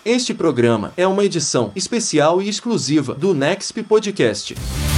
Este programa é uma edição especial e exclusiva do Nexp Podcast.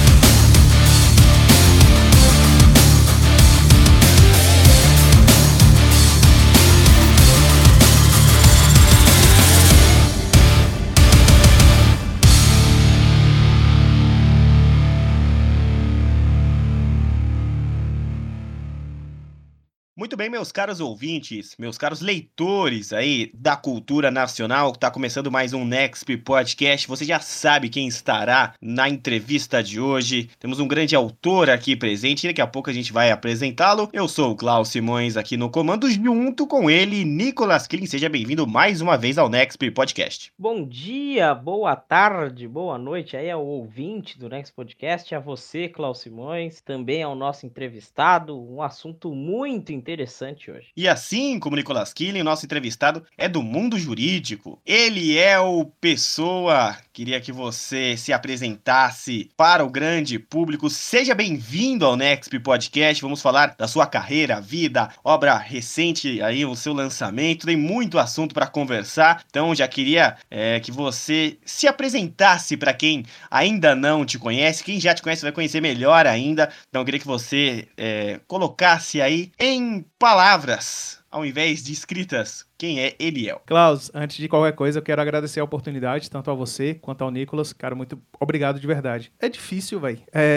Muito bem, meus caros ouvintes, meus caros leitores aí da cultura nacional, tá começando mais um Nexp Podcast. Você já sabe quem estará na entrevista de hoje. Temos um grande autor aqui presente e daqui a pouco a gente vai apresentá-lo. Eu sou o Klaus Simões aqui no comando, junto com ele, Nicolas Killing. Seja bem-vindo mais uma vez ao Nexp Podcast. Bom dia, boa tarde, boa noite aí ao ouvinte do Nexp Podcast, a você, Klaus Simões, também ao nosso entrevistado, um assunto muito interessante hoje. E assim como Nicolas Killing, nosso entrevistado é do mundo jurídico. Ele é o Pessoa. Queria que você se apresentasse para o grande público. Seja bem-vindo ao Nexp Podcast. Vamos falar da sua carreira, vida, obra recente, aí o seu lançamento. Tem muito assunto para conversar. Então já queria que você se apresentasse para quem ainda não te conhece. Quem já te conhece vai conhecer melhor ainda. Então eu queria que você colocasse aí em palavras, ao invés de escritas, quem é Eliel. Klaus, antes de qualquer coisa, eu quero agradecer a oportunidade, tanto a você quanto ao Nicolas. Cara, muito obrigado de verdade. É difícil, velho,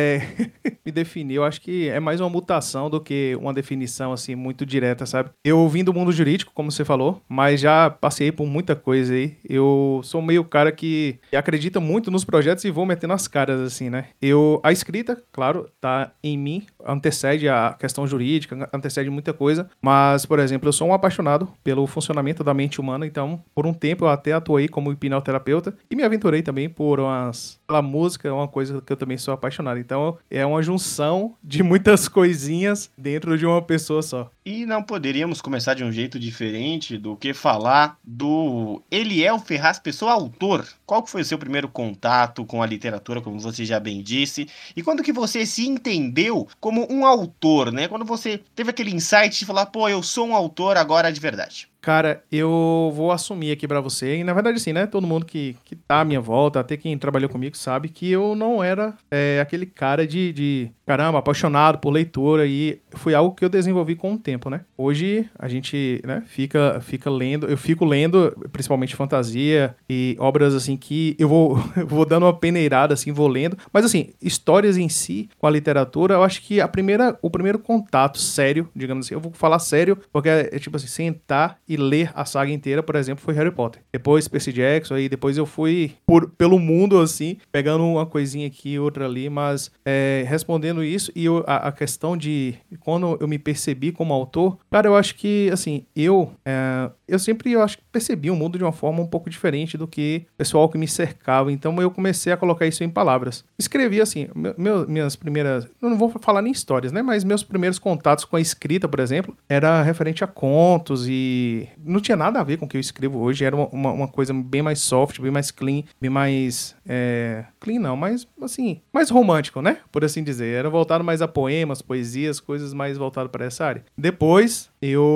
me definir. Eu acho que é mais uma mutação do que uma definição, assim, muito direta, sabe? Eu vim do mundo jurídico, como você falou, mas já passei por muita coisa aí. Eu sou meio cara que acredita muito nos projetos e vou metendo as caras, assim, né? A escrita, claro, tá em mim, antecede a questão jurídica, antecede muita coisa, mas, por exemplo, eu sou um apaixonado pelo funcionamento da mente humana, então, por um tempo eu até atuei como hipnoterapeuta e me aventurei também pela música, é uma coisa que eu também sou apaixonado. Então, é uma junção de muitas coisinhas dentro de uma pessoa só. E não poderíamos começar de um jeito diferente do que falar do Eliel Ferraz, pessoa autor. Qual foi o seu primeiro contato com a literatura, como você já bem disse? E quando que você se entendeu como um autor, né? Quando você teve aquele insight de falar, pô, eu sou um autor agora de verdade. Cara, eu vou assumir aqui pra você, e na verdade assim, né, todo mundo que tá à minha volta, até quem trabalhou comigo sabe que eu não era aquele cara de caramba, apaixonado por leitura, e foi algo que eu desenvolvi com o tempo, né. Hoje a gente, né, fica lendo, eu fico lendo principalmente fantasia e obras assim que eu vou dando uma peneirada assim, vou lendo, mas assim, histórias em si com a literatura, eu acho que o primeiro contato sério, digamos assim, eu vou falar sério, porque é tipo assim, sentar e ler a saga inteira, por exemplo, foi Harry Potter. Depois Percy Jackson, aí depois eu fui pelo mundo, assim, pegando uma coisinha aqui e outra ali, mas respondendo isso, e a questão de quando eu me percebi como autor, cara, eu acho que, assim, eu sempre, eu acho que percebi o mundo de uma forma um pouco diferente do que o pessoal que me cercava, então eu comecei a colocar isso em palavras. Escrevi, assim, minhas primeiras, eu não vou falar nem histórias, né, mas meus primeiros contatos com a escrita, por exemplo, era referente a contos e não tinha nada a ver com o que eu escrevo hoje, era uma coisa bem mais soft, bem mais clean, bem mais... clean não, mas assim, mais romântico, né? Por assim dizer. Era voltado mais a poemas, poesias, coisas mais voltadas para essa área. Depois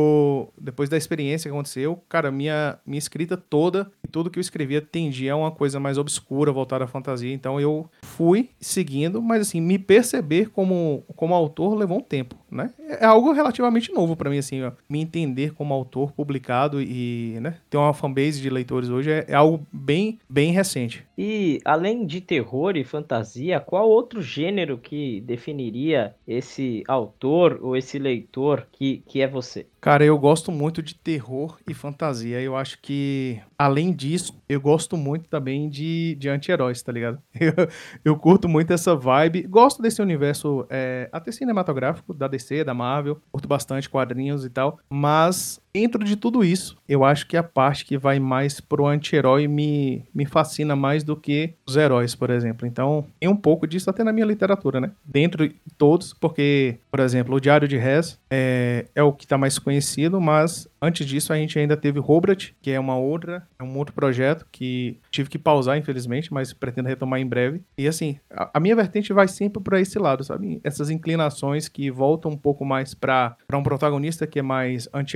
da experiência que aconteceu, cara, minha escrita toda e tudo que eu escrevia tendia a uma coisa mais obscura, voltada à fantasia. Então eu fui seguindo, mas assim, me perceber como autor levou um tempo, né? É algo relativamente novo para mim, assim, ó, me entender como autor publicado e, né, ter uma fanbase de leitores hoje é algo bem, bem recente. E, além de terror e fantasia, qual outro gênero que definiria esse autor ou esse leitor que é você? Cara, eu gosto muito de terror e fantasia. Eu acho que, além disso, eu gosto muito também de anti-heróis, tá ligado? Eu curto muito essa vibe. Gosto desse universo até cinematográfico, da DC, da Marvel. Curto bastante quadrinhos e tal. Mas, dentro de tudo isso, eu acho que a parte que vai mais pro anti-herói me fascina mais do que os heróis, por exemplo. Então, tem um pouco disso até na minha literatura, né? Dentro de todos, porque, por exemplo, o Diário de Hess é o que tá mais conhecido, mas antes disso a gente ainda teve Hobrat, que é um outro projeto que tive que pausar, infelizmente, mas pretendo retomar em breve. E assim, a minha vertente vai sempre para esse lado, sabe? Essas inclinações que voltam um pouco mais para um protagonista que é mais anti-herói do que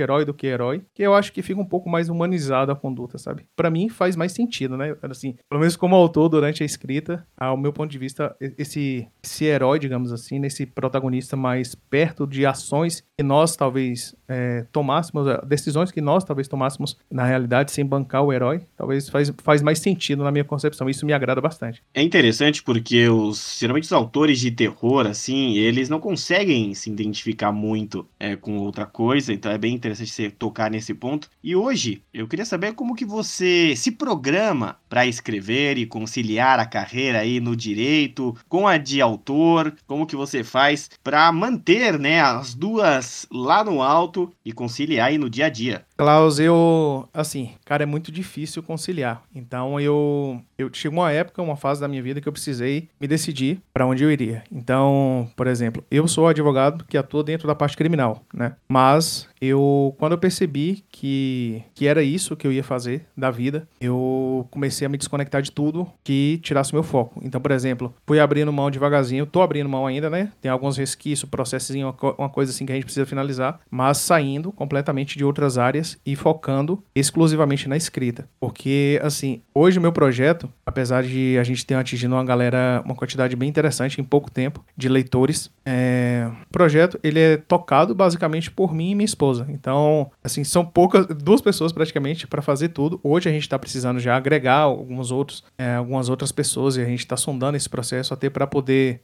que herói, que eu acho que fica um pouco mais humanizada a conduta, sabe? Pra mim faz mais sentido, né? Assim, pelo menos como autor, durante a escrita, ao meu ponto de vista, esse herói, digamos assim, nesse protagonista mais perto de ações que nós talvez tomássemos, decisões que nós talvez tomássemos na realidade sem bancar o herói, talvez faz mais sentido na minha concepção. Isso me agrada bastante. É interessante porque geralmente os autores de terror, assim, eles não conseguem se identificar muito com outra coisa, então é bem interessante você tocar nesse ponto. E hoje, eu queria saber como que você se programa para escrever e conciliar a carreira aí no direito com a de autor, como que você faz para manter, né, as duas lá no alto e conciliar aí no dia a dia. Klaus, assim, cara, é muito difícil conciliar. Então, eu chegou uma época, uma fase da minha vida que eu precisei me decidir para onde eu iria. Então, por exemplo, eu sou advogado que atua dentro da parte criminal, né? Mas quando eu percebi que era isso que eu ia fazer da vida, eu comecei a me desconectar de tudo que tirasse meu foco. Então, por exemplo, fui abrindo mão devagarzinho, tô abrindo mão ainda, né? Tem alguns resquícios, processinho, uma coisa assim que a gente precisa finalizar, mas saindo completamente de outras áreas e focando exclusivamente na escrita. Porque, assim, hoje o meu projeto, apesar de a gente ter atingido uma quantidade bem interessante em pouco tempo de leitores, o projeto, ele é tocado basicamente por mim e minha esposa. Então, assim, são duas pessoas praticamente para fazer tudo. Hoje a gente está precisando já agregar algumas outras pessoas e a gente está sondando esse processo até para poder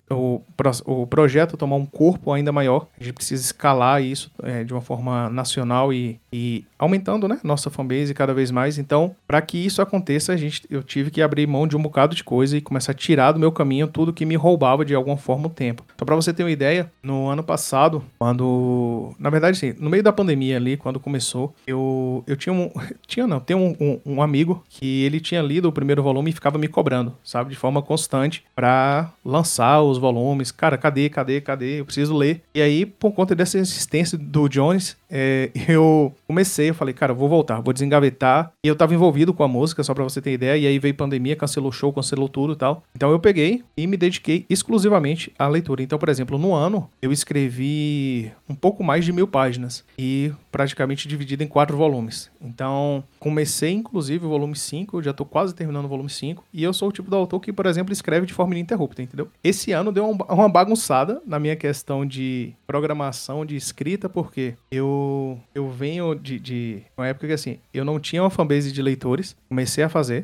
o projeto tomar um corpo ainda maior. A gente precisa escalar isso de uma forma nacional e aumentando, né, nossa fanbase cada vez mais. Então, para que isso aconteça, eu tive que abrir mão de um bocado de coisa e começar a tirar do meu caminho tudo que me roubava de alguma forma o tempo. Só para você ter uma ideia, no ano passado, na verdade, sim, no meio da pandemia ali, quando começou, eu tenho um amigo que ele tinha lido o primeiro volume e ficava me cobrando, sabe, de forma constante para lançar os volumes. Cara, cadê? Eu preciso ler. E aí, por conta dessa insistência do Jones, eu eu falei, cara, eu vou voltar, vou desengavetar. E eu tava envolvido com a música, só pra você ter ideia, e aí veio pandemia, cancelou o show, cancelou tudo e tal. Então eu peguei e me dediquei exclusivamente à leitura. Então, por exemplo, no ano, eu escrevi um pouco mais de 1000 páginas e praticamente dividido em 4 volumes. Então, comecei, inclusive, o volume 5, já tô quase terminando o volume 5, e eu sou o tipo do autor que, por exemplo, escreve de forma ininterrupta, entendeu? Esse ano deu uma bagunçada na minha questão de programação, de escrita, porque eu venho de uma época que, assim, eu não tinha uma fanbase de leitores, comecei a fazer,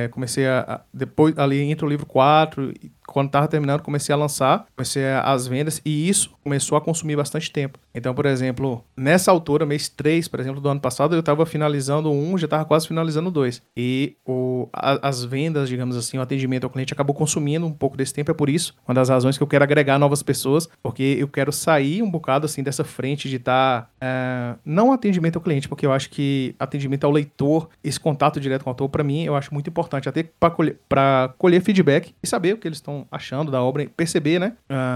depois, ali entre o livro 4, quando tava terminando, comecei a lançar, comecei as vendas, e isso começou a consumir bastante tempo. Então, por exemplo, nessa altura, mês 3, por exemplo, do ano passado, eu tava finalizando já tava quase finalizando 2. E as vendas, digamos assim, o atendimento ao cliente acabou consumindo um pouco desse tempo. É por isso, uma das razões que eu quero agregar novas pessoas, porque eu quero sair um bocado, assim, dessa frente de estar não atendimento ao cliente, porque eu acho que atendimento ao leitor, esse contato direto com o autor, pra mim, eu acho muito importante, até pra colher feedback e saber o que eles estão achando da obra, perceber, né,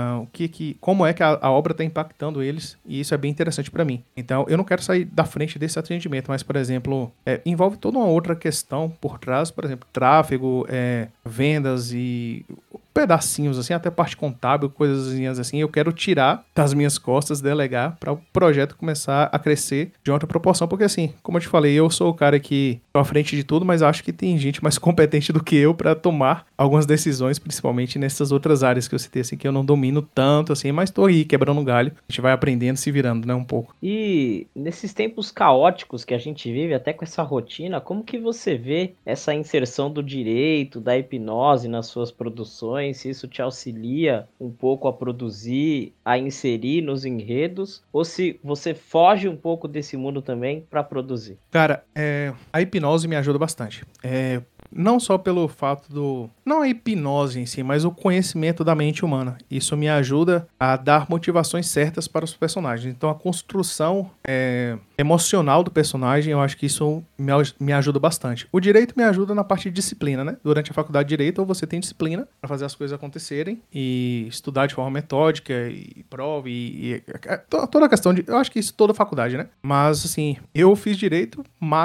como é que a obra está impactando eles, e isso é bem interessante para mim. Então, eu não quero sair da frente desse atendimento, mas, por exemplo, envolve toda uma outra questão por trás, por exemplo, tráfego, vendas e pedacinhos, assim, até parte contábil, coisinhas assim, eu quero tirar das minhas costas, delegar para o projeto começar a crescer de outra proporção, porque assim, como eu te falei, eu sou o cara que tô à frente de tudo, mas acho que tem gente mais competente do que eu para tomar algumas decisões, principalmente nessas outras áreas que eu citei, assim, que eu não domino tanto, assim, mas tô aí quebrando um galho, a gente vai aprendendo, se virando, né, um pouco. E nesses tempos caóticos que a gente vive, até com essa rotina, como que você vê essa inserção do direito, da hipnose nas suas produções? Se isso te auxilia um pouco a produzir, a inserir nos enredos, ou se você foge um pouco desse mundo também para produzir? Cara, a hipnose me ajuda bastante. Não só pelo fato não a hipnose em si, mas o conhecimento da mente humana. Isso me ajuda a dar motivações certas para os personagens. Então a construção emocional do personagem, eu acho que isso me ajuda bastante. O direito me ajuda na parte de disciplina, né? Durante a faculdade de direito, você tem disciplina para fazer as coisas acontecerem e estudar de forma metódica e prova e toda a questão eu acho que isso toda faculdade, né? Mas assim, eu fiz direito mais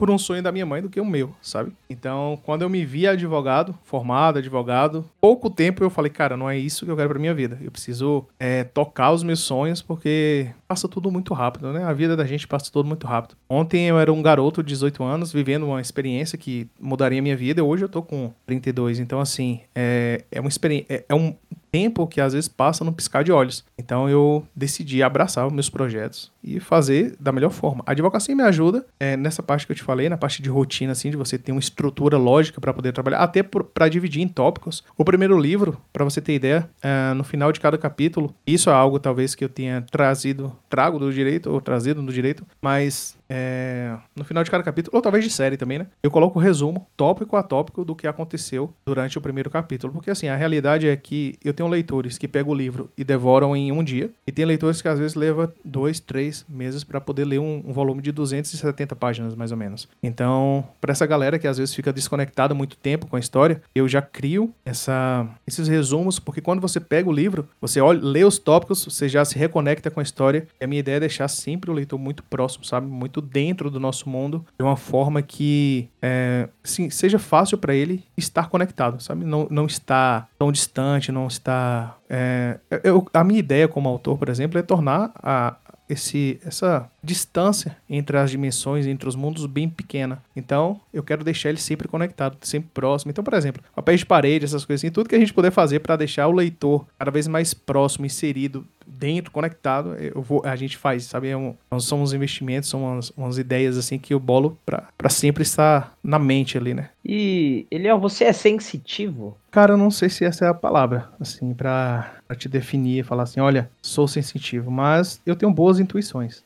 por um sonho da minha mãe do que o meu, sabe? Então, quando eu me vi advogado, formado, advogado, pouco tempo eu falei, cara, não é isso que eu quero pra minha vida. Eu preciso tocar os meus sonhos, porque passa tudo muito rápido, né? A vida da gente passa tudo muito rápido. Ontem eu era um garoto de 18 anos, vivendo uma experiência que mudaria a minha vida, e hoje eu tô com 32. Então, assim, é uma experiência, é um tempo que às vezes passa num piscar de olhos. Então eu decidi abraçar os meus projetos e fazer da melhor forma. A advocacia me ajuda nessa parte que eu te falei, na parte de rotina, assim, de você ter uma estrutura lógica para poder trabalhar, até para dividir em tópicos. O primeiro livro, para você ter ideia, no final de cada capítulo, isso é algo talvez que eu tenha trago do direito, ou trazido do direito, mas no final de cada capítulo, ou talvez de série também, né? Eu coloco o resumo, tópico a tópico, do que aconteceu durante o primeiro capítulo. Porque, assim, a realidade é que eu tenho leitores que pegam o livro e devoram em um dia, e tem leitores que às vezes levam 2, 3 meses para poder ler um volume de 270 páginas, mais ou menos. Então, para essa galera que às vezes fica desconectada muito tempo com a história, eu já crio esses resumos, porque quando você pega o livro, você lê os tópicos, você já se reconecta com a história, e a minha ideia é deixar sempre o leitor muito próximo, sabe? Muito dentro do nosso mundo, de uma forma que assim, seja fácil para ele estar conectado, sabe? Não está tão distante, não está... a minha ideia como autor, por exemplo, é tornar essa distância entre as dimensões, entre os mundos, bem pequena. Então, eu quero deixar ele sempre conectado, sempre próximo. Então, por exemplo, papéis de parede, essas coisas assim, tudo que a gente puder fazer para deixar o leitor cada vez mais próximo, inserido dentro, conectado, a gente faz, sabe? São uns investimentos, são umas ideias assim que eu bolo para sempre estar na mente ali, né? E, Eliel, você é sensitivo? Cara, eu não sei se essa é a palavra, assim, pra te definir, falar assim, olha, sou sensitivo, mas eu tenho boas intuições,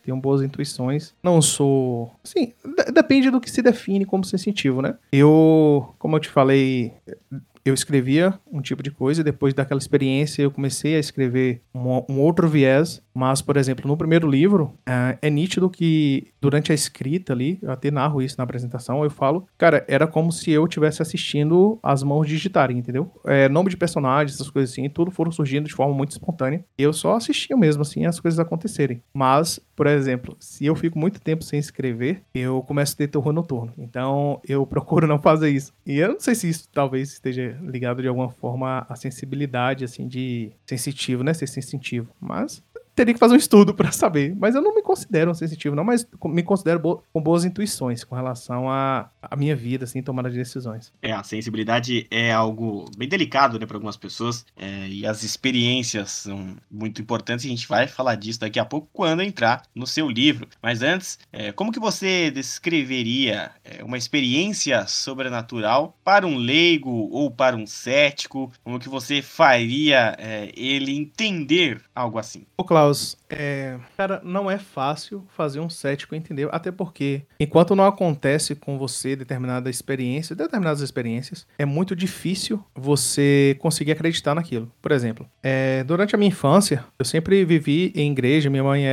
não sou, assim, depende do que se define como sensitivo, né? Como eu te falei, eu escrevia um tipo de coisa, e depois daquela experiência eu comecei a escrever um outro viés, mas, por exemplo, no primeiro livro, é nítido que durante a escrita ali, eu até narro isso na apresentação, eu falo, cara, era como se eu estivesse assistindo as mãos digitarem, entendeu? Nome de personagens, essas coisas assim, tudo foram surgindo de forma muito espontânea, e eu só assistia mesmo, assim, as coisas acontecerem. Mas, por exemplo, se eu fico muito tempo sem escrever, eu começo a ter terror noturno, então eu procuro não fazer isso. E eu não sei se isso talvez esteja ligado de alguma forma à sensibilidade, assim, de sensitivo, né? Ser sensitivo. Mas teria que fazer um estudo para saber. Mas eu não me considero um sensitivo, não, mas me considero com boas intuições com relação à minha vida, assim, tomada de decisões. A sensibilidade é algo bem delicado, né, para algumas pessoas, e as experiências são muito importantes, e a gente vai falar disso daqui a pouco quando entrar no seu livro. Mas antes, como que você descreveria uma experiência sobrenatural para um leigo ou para um cético? Como que você faria ele entender algo assim? Ô, Klaus, cara, não é fácil fazer um cético entender, até porque enquanto não acontece com você determinadas experiências, é muito difícil você conseguir acreditar naquilo. Por exemplo, durante a minha infância, eu sempre vivi em igreja, minha mãe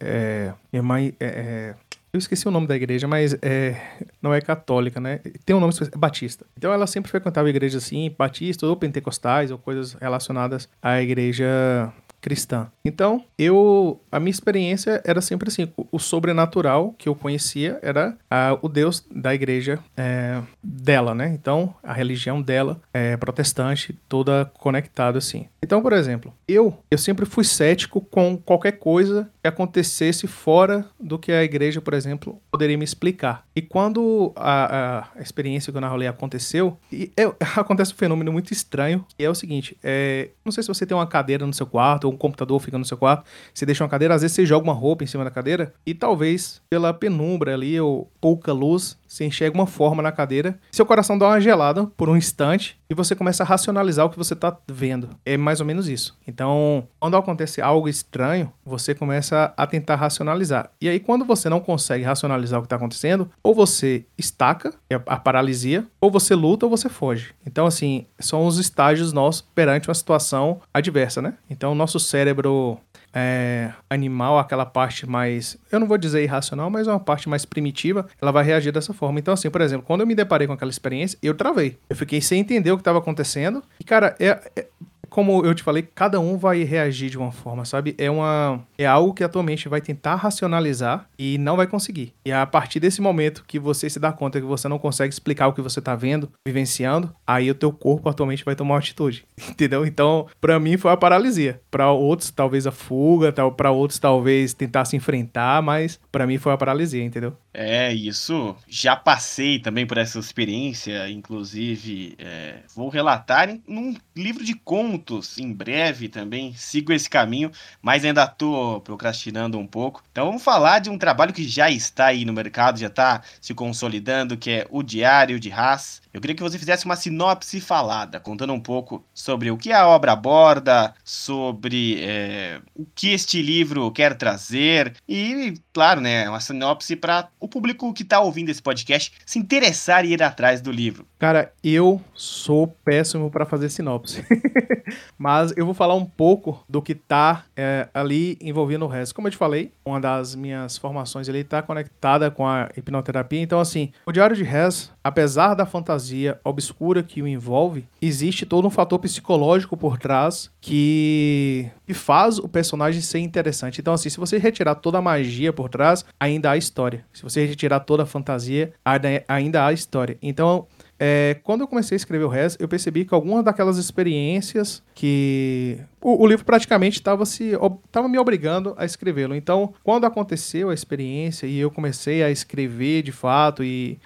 eu esqueci o nome da igreja, mas não é católica, né? Tem um nome batista. Então ela sempre frequentava igrejas assim, batistas ou pentecostais ou coisas relacionadas à igreja cristã. Então, a minha experiência era sempre assim, o sobrenatural que eu conhecia era o Deus da igreja dela, né? Então, a religião dela protestante, toda conectada assim. Então, por exemplo, eu sempre fui cético com qualquer coisa que acontecesse fora do que a igreja, por exemplo, poderia me explicar. E quando a experiência que eu narrei aconteceu, acontece um fenômeno muito estranho, que é o seguinte, não sei se você tem uma cadeira no seu quarto, ou um computador fica no seu quarto, você deixa uma cadeira, às vezes você joga uma roupa em cima da cadeira, e talvez pela penumbra ali, ou pouca luz, você enxerga uma forma na cadeira, seu coração dá uma gelada por um instante, e você começa a racionalizar o que você está vendo. É mais ou menos isso. Então, quando acontece algo estranho, você começa a tentar racionalizar. E aí, quando você não consegue racionalizar o que está acontecendo, ou você estaca, que é a paralisia, ou você luta ou você foge. Então, assim, são os estágios nossos perante uma situação adversa, né? Então, o nosso cérebro animal, aquela parte mais, eu não vou dizer irracional, mas uma parte mais primitiva, ela vai reagir dessa forma. Então, assim, por exemplo, quando eu me deparei com aquela experiência, eu travei. Eu fiquei sem entender o que estava acontecendo. E, cara, como eu te falei, cada um vai reagir de uma forma, sabe? É algo que a tua mente vai tentar racionalizar e não vai conseguir. E a partir desse momento que você se dá conta que você não consegue explicar o que você tá vendo, vivenciando, aí o teu corpo atualmente vai tomar uma atitude, entendeu? Então, pra mim foi a paralisia. Pra outros, talvez a fuga, pra outros, talvez tentar se enfrentar, mas pra mim foi a paralisia, entendeu? É, isso. Já passei também por essa experiência, inclusive vou relatar num livro de contos em breve também. Sigo esse caminho, mas ainda tô procrastinando um pouco. Então vamos falar de um trabalho que já está aí no mercado, já está se consolidando, que é O Diário de Haas. Eu queria que você fizesse uma sinopse falada, contando um pouco sobre o que a obra aborda, sobre o que este livro quer trazer e, claro, né, uma sinopse para o público que está ouvindo esse podcast se interessar e ir atrás do livro. Cara, eu sou péssimo pra fazer sinopse. Mas eu vou falar um pouco do que tá ali envolvendo o resto. Como eu te falei, uma das minhas formações ali tá conectada com a hipnoterapia. Então, assim, o Diário de Haas, apesar da fantasia obscura que o envolve, existe todo um fator psicológico por trás que faz o personagem ser interessante. Então, assim, se você retirar toda a magia por trás, ainda há história. Se você retirar toda a fantasia, ainda há história. Então, quando eu comecei a escrever o Haas, eu percebi que algumas daquelas experiências que o livro praticamente estava me obrigando a escrevê-lo. Então, quando aconteceu a experiência e eu comecei a escrever de fato,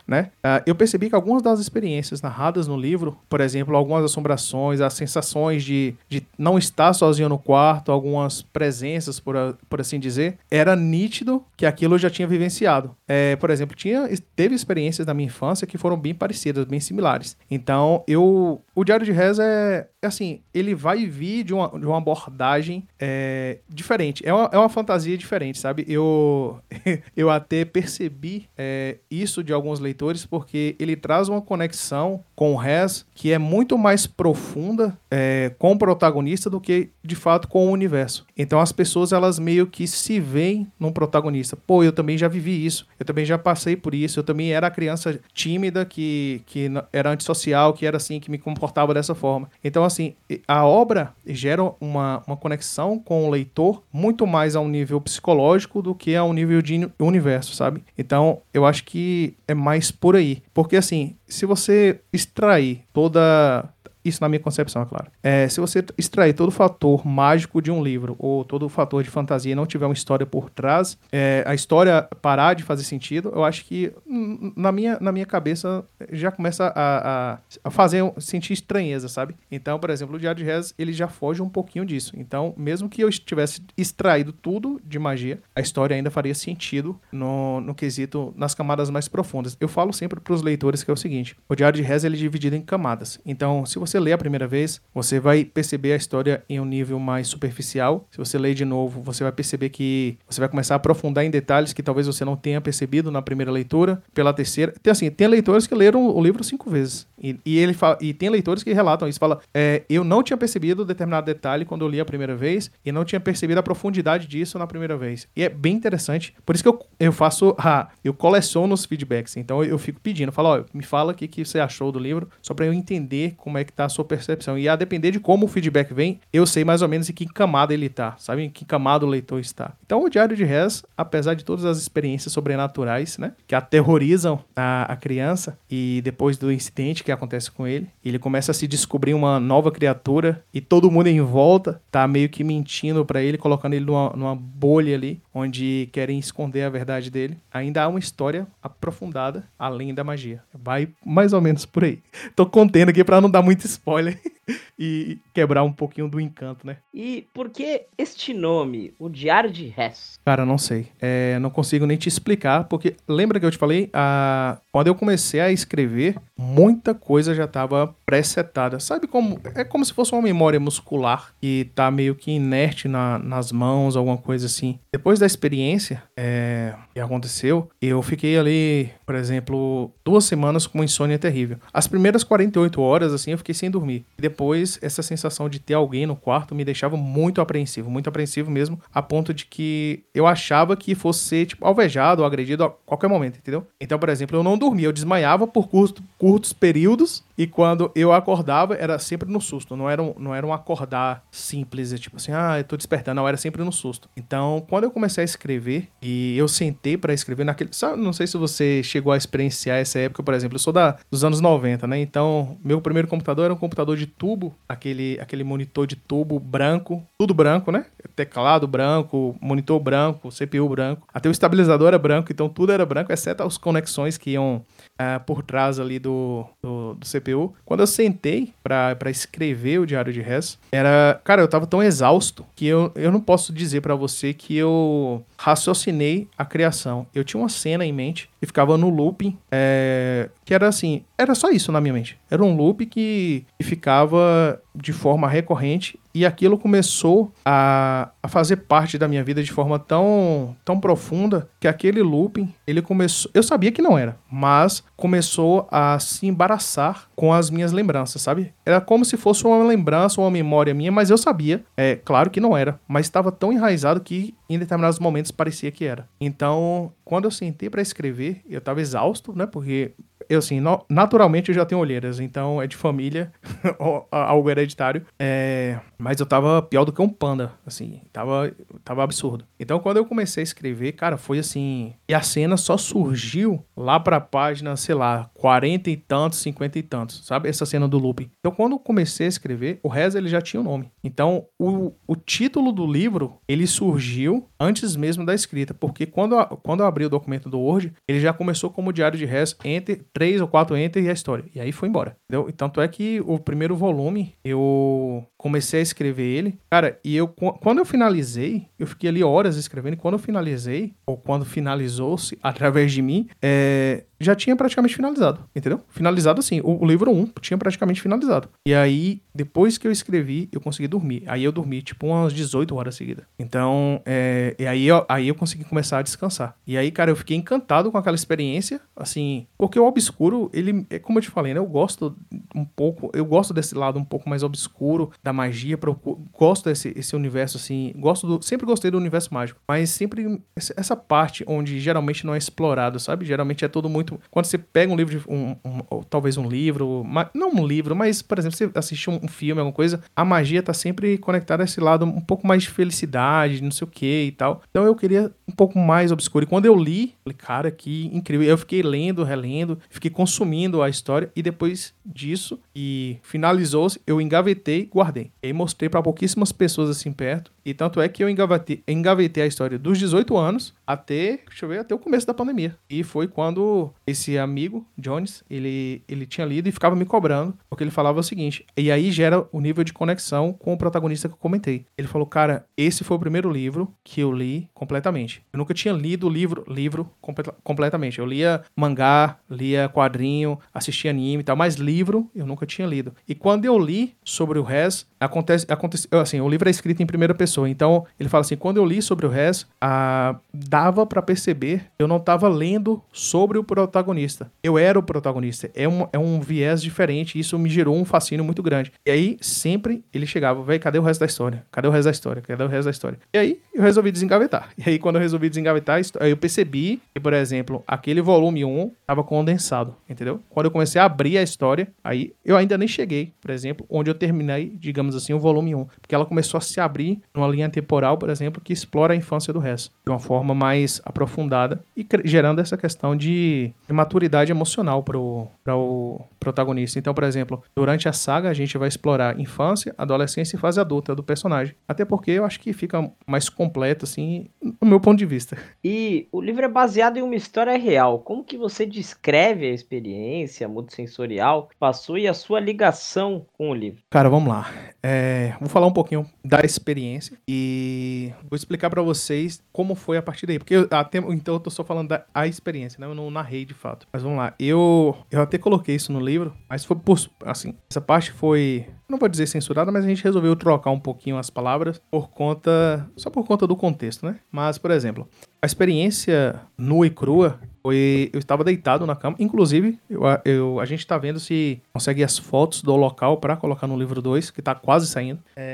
eu percebi que algumas das experiências narradas no livro, por exemplo, algumas assombrações, as sensações de não estar sozinho no quarto, algumas presenças, por assim dizer, era nítido que aquilo eu já tinha vivenciado. Por exemplo, teve experiências da minha infância que foram bem parecidas, bem similares. Então, o Diário de Haas assim, ele vai vir de uma abordagem diferente. É uma fantasia diferente, sabe? Eu até percebi isso de alguns leitores, porque ele traz uma conexão com o Haas que é muito mais profunda com o protagonista do que, de fato, com o universo. Então, as pessoas, elas meio que se veem num protagonista. Pô, eu também já vivi isso. Eu também já passei por isso. Eu também era a criança tímida que era antissocial, que era assim, que me comportava dessa forma. Então, assim, a obra gera uma conexão com o leitor muito mais a um nível psicológico do que a um nível de universo, sabe? Então, eu acho que é mais por aí. Porque, assim, se você extrair toda... Isso na minha concepção, é claro. Se você extrair todo o fator mágico de um livro ou todo o fator de fantasia e não tiver uma história por trás, a história parar de fazer sentido, eu acho que na minha cabeça já começa a sentir estranheza, sabe? Então, por exemplo, o Diário de Haas, ele já foge um pouquinho disso. Então, mesmo que eu tivesse extraído tudo de magia, a história ainda faria sentido no quesito, nas camadas mais profundas. Eu falo sempre para os leitores que é o seguinte: o Diário de Haas, ele é dividido em camadas. Então, se você lê a primeira vez, você vai perceber a história em um nível mais superficial. Se você ler de novo, você vai perceber que você vai começar a aprofundar em detalhes que talvez você não tenha percebido na primeira leitura, pela terceira. Então, assim, tem leitores que leram o livro 5 vezes. E tem leitores que relatam isso. Fala, eu não tinha percebido determinado detalhe quando eu li a primeira vez e não tinha percebido a profundidade disso na primeira vez. E é bem interessante. Por isso que eu coleciono os feedbacks. Então, eu fico pedindo. Falo, me fala o que você achou do livro, só para eu entender como é que tá a sua percepção. E a depender de como o feedback vem, eu sei mais ou menos em que camada ele tá, sabe? Em que camada o leitor está. Então, o Diário de Haas, apesar de todas as experiências sobrenaturais, né, que aterrorizam a criança, e depois do incidente que acontece com ele começa a se descobrir uma nova criatura e todo mundo em volta tá meio que mentindo pra ele, colocando ele numa bolha ali, onde querem esconder a verdade dele. Ainda há uma história aprofundada além da magia. Vai mais ou menos por aí. Tô contendo aqui pra não dar muito spoiler e quebrar um pouquinho do encanto, né? E por que este nome, o Diário de Haas? Cara, não sei. Não consigo nem te explicar, porque lembra que eu te falei? Quando eu comecei a escrever, muita coisa já estava pré-setada. Sabe como? É como se fosse uma memória muscular que tá meio que inerte nas mãos, alguma coisa assim. Depois da experiência que aconteceu, eu fiquei ali por exemplo, 2 semanas com uma insônia terrível. As primeiras 48 horas, assim, eu fiquei sem dormir. E depois, essa sensação de ter alguém no quarto me deixava muito apreensivo mesmo, a ponto de que eu achava que fosse ser, tipo, alvejado ou agredido a qualquer momento, entendeu? Então, por exemplo, eu não dormia, eu desmaiava por curtos períodos, e quando eu acordava, era sempre no susto, não era um acordar simples, tipo assim, eu tô despertando, não, era sempre no susto. Então, quando eu comecei a escrever, e eu sentei pra escrever não sei se você chegou a experienciar essa época, por exemplo, eu sou dos anos 90, né? Então, meu primeiro computador era um computador de tubo, aquele monitor de tubo branco, tudo branco, né? Teclado branco, monitor branco, CPU branco, até o estabilizador era branco, então tudo era branco, exceto as conexões que iam por trás ali do CPU. Quando eu sentei pra escrever o Diário de Hess, cara, eu tava tão exausto que eu não posso dizer pra você que eu raciocinei a criação. Eu tinha uma cena em mente e ficava no looping, que era assim, era só isso na minha mente. Era um loop que ficava de forma recorrente, e aquilo começou a fazer parte da minha vida de forma tão profunda, que aquele looping, ele começou... Eu sabia que não era, mas começou a se embaraçar com as minhas lembranças, sabe? Era como se fosse uma lembrança, uma memória minha, mas eu sabia, claro que não era, mas estava tão enraizado que em determinados momentos parecia que era. Então, quando eu sentei para escrever, eu estava exausto, né? Porque eu, assim, naturalmente eu já tenho olheiras, então é de família, algo hereditário, mas eu tava pior do que um panda, assim, tava absurdo. Então, quando eu comecei a escrever, cara, foi assim, e a cena só surgiu lá pra página, sei lá, 40 e tantos, 50 e tantos, sabe? Essa cena do looping. Então, quando eu comecei a escrever, o Hess, ele já tinha um nome. Então, o título do livro, ele surgiu antes mesmo da escrita, porque quando eu abri o documento do Word, ele já começou como Diário de Hess, entre 3 ou 4 enter e a história. E aí foi embora, entendeu? E tanto é que o primeiro volume, eu comecei a escrever ele, cara, e quando eu finalizei, eu fiquei ali horas escrevendo, e quando eu finalizei, ou quando finalizou-se através de mim, já tinha praticamente finalizado, entendeu? Finalizado assim, o livro 1 tinha praticamente finalizado. E aí, depois que eu escrevi, eu consegui dormir. Aí eu dormi, tipo, umas 18 horas seguidas. Então, e aí eu consegui começar a descansar. E aí, cara, eu fiquei encantado com aquela experiência, assim, porque o obscuro, ele, como eu te falei, né, eu gosto desse lado um pouco mais obscuro da magia, gosto desse universo, assim, sempre gostei do universo mágico, mas sempre essa parte onde geralmente não é explorado, sabe? Geralmente é tudo muito... Quando você pega um livro, talvez um livro, não um livro, mas, por exemplo, você assiste um filme, alguma coisa, a magia tá sempre conectada a esse lado um pouco mais de felicidade, não sei o que e tal. Então eu queria um pouco mais obscuro. E quando eu li, falei, cara, que incrível. Eu fiquei lendo, relendo, fiquei consumindo a história, e depois disso, e finalizou-se, eu engavetei, guardei. E aí mostrei para pouquíssimas pessoas assim perto, e tanto é que eu engavetei a história dos 18 anos até o começo da pandemia. E foi quando esse amigo, Jones, ele tinha lido e ficava me cobrando, porque ele falava o seguinte, e aí gera o nível de conexão com o protagonista que eu comentei. Ele falou, cara, esse foi o primeiro livro que eu li completamente. Eu nunca tinha lido livro completamente. Eu lia mangá, lia quadrinho, assistia anime e tal, mas livro eu nunca tinha lido. E quando eu li sobre o Hess, assim, o livro é escrito em primeira pessoa, então ele fala assim, quando eu li sobre o Hess, dava pra perceber, eu não tava lendo sobre o protagonista, eu era o protagonista, é um viés diferente, e isso me gerou um fascínio muito grande. E aí, sempre ele chegava, velho, cadê o resto da história? Cadê o resto da história? Cadê o resto da história? E aí, eu resolvi desengavetar. E aí, quando eu resolvi desengavetar, aí eu percebi que, por exemplo, aquele volume 1 tava condensado, entendeu? Quando eu comecei a abrir a história, aí eu ainda nem cheguei, por exemplo, onde eu terminei, digamos assim, o volume 1, porque ela começou a se abrir numa linha temporal, por exemplo, que explora a infância do Hess de uma forma mais aprofundada e gerando essa questão de maturidade emocional para o protagonista. Então, por exemplo, durante a saga a gente vai explorar infância, adolescência e fase adulta do personagem. Até porque eu acho que fica mais completo, assim, no meu ponto de vista. E o livro é baseado em uma história real. Como que você descreve a experiência multissensorial que passou e a sua ligação com o livro? Cara, vamos lá. Vou falar um pouquinho da experiência e vou explicar pra vocês como foi a partir daí. Porque então eu tô só falando da experiência, né? Eu não narrei de fato. Mas vamos lá. Eu até coloquei isso no livro, mas foi assim, essa parte foi, não vou dizer censurada, mas a gente resolveu trocar um pouquinho as palavras só por conta do contexto, né? Mas, por exemplo, a experiência nua e crua Eu estava deitado na cama. Inclusive, a gente tá vendo se consegue as fotos do local pra colocar no livro 2, que tá quase saindo.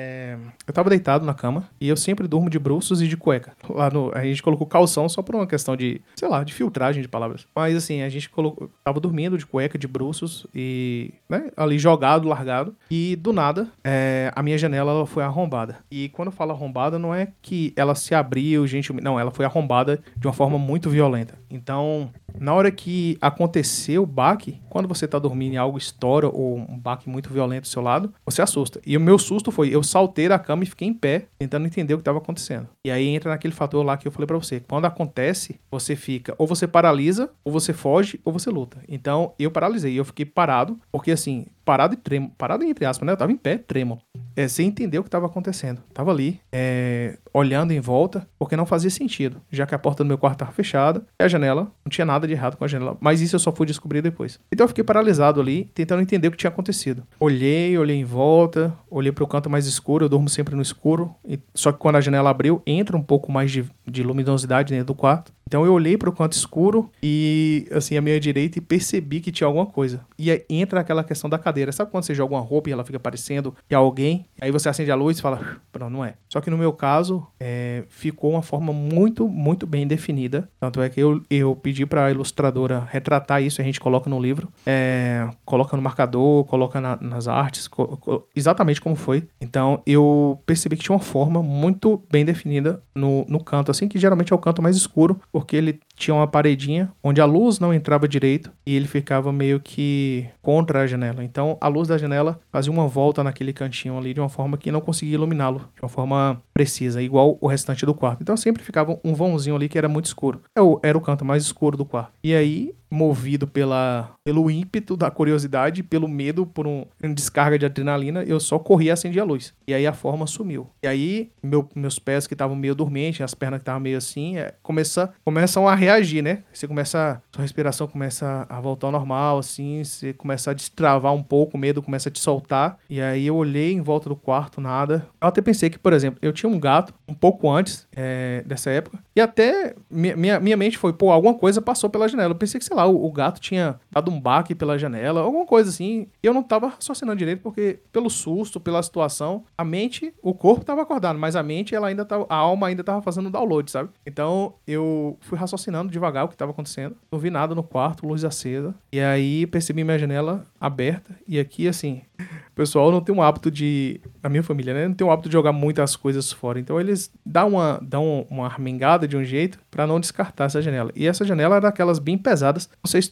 Eu tava deitado na cama e eu sempre durmo de bruços e de cueca. A gente colocou calção só por uma questão de, sei lá, de filtragem de palavras. Mas assim, a gente tava dormindo de cueca, de bruços e, né, ali jogado, largado. E do nada, a minha janela ela foi arrombada. E quando eu falo arrombada, não é que ela se abriu, gente. Não, ela foi arrombada de uma forma muito violenta. Então, na hora que aconteceu o baque, quando você tá dormindo e algo estoura ou um baque muito violento do seu lado, você assusta. E o meu susto foi, eu saltei da cama e fiquei em pé, tentando entender o que estava acontecendo. E aí entra naquele fator lá que eu falei pra você. Quando acontece, você fica, ou você paralisa, ou você foge, ou você luta. Então, eu paralisei, eu fiquei parado, porque assim, parado e tremo, parado entre aspas, né? Eu tava em pé, tremo. Sem entender o que estava acontecendo. Tava ali, olhando em volta, porque não fazia sentido, já que a porta do meu quarto estava fechada e a janela, não tinha nada de errado com a janela, mas isso eu só fui descobrir depois. Então eu fiquei paralisado ali, tentando entender o que tinha acontecido. Olhei em volta, olhei para o canto mais escuro, eu durmo sempre no escuro, só que quando a janela abriu, entra um pouco mais de luminosidade dentro do quarto. Então eu olhei para o canto escuro e, assim, à minha direita e percebi que tinha alguma coisa. E aí entra aquela questão da cadeira. Sabe quando você joga uma roupa e ela fica parecendo que é alguém? Aí você acende a luz e fala, pronto, não é. Só que no meu caso, ficou uma forma muito, muito bem definida. Tanto é que eu pedi para a ilustradora retratar isso, a gente coloca no livro. Coloca no marcador, coloca nas artes, exatamente como foi. Então eu percebi que tinha uma forma muito bem definida no canto, assim, que geralmente é o canto mais escuro, porque ele tinha uma paredinha onde a luz não entrava direito e ele ficava meio que contra a janela. Então a luz da janela fazia uma volta naquele cantinho ali de uma forma que não conseguia iluminá-lo de uma forma precisa, igual o restante do quarto. Então sempre ficava um vãozinho ali que era muito escuro. Era o canto mais escuro do quarto. E aí, movido pelo ímpeto da curiosidade, pelo medo, por uma descarga de adrenalina, eu só corri e acendi a luz. E aí a forma sumiu. E aí, meus pés que estavam meio dormentes, as pernas que estavam meio assim, começam a reagir, né? Sua respiração começa a voltar ao normal, assim, você começa a destravar um pouco, o medo começa a te soltar. E aí eu olhei em volta do quarto, nada. Eu até pensei que, por exemplo, eu tinha um gato um pouco antes dessa época, e até minha mente foi, alguma coisa passou pela janela. Eu pensei que, sei lá, o gato tinha dado um baque pela janela, alguma coisa assim. E eu não tava raciocinando direito, porque pelo susto, pela situação, a mente, o corpo tava acordado, mas a mente, a alma ainda tava fazendo download, sabe? Então, eu fui raciocinando devagar o que tava acontecendo. Não vi nada no quarto, luz acesa. E aí, percebi minha janela aberta. E aqui, assim, o pessoal não tem um hábito a minha família, né? Não tem um hábito de jogar muitas coisas fora. Então, eles dão uma armengada de um jeito pra não descartar essa janela. E essa janela era daquelas bem pesadas.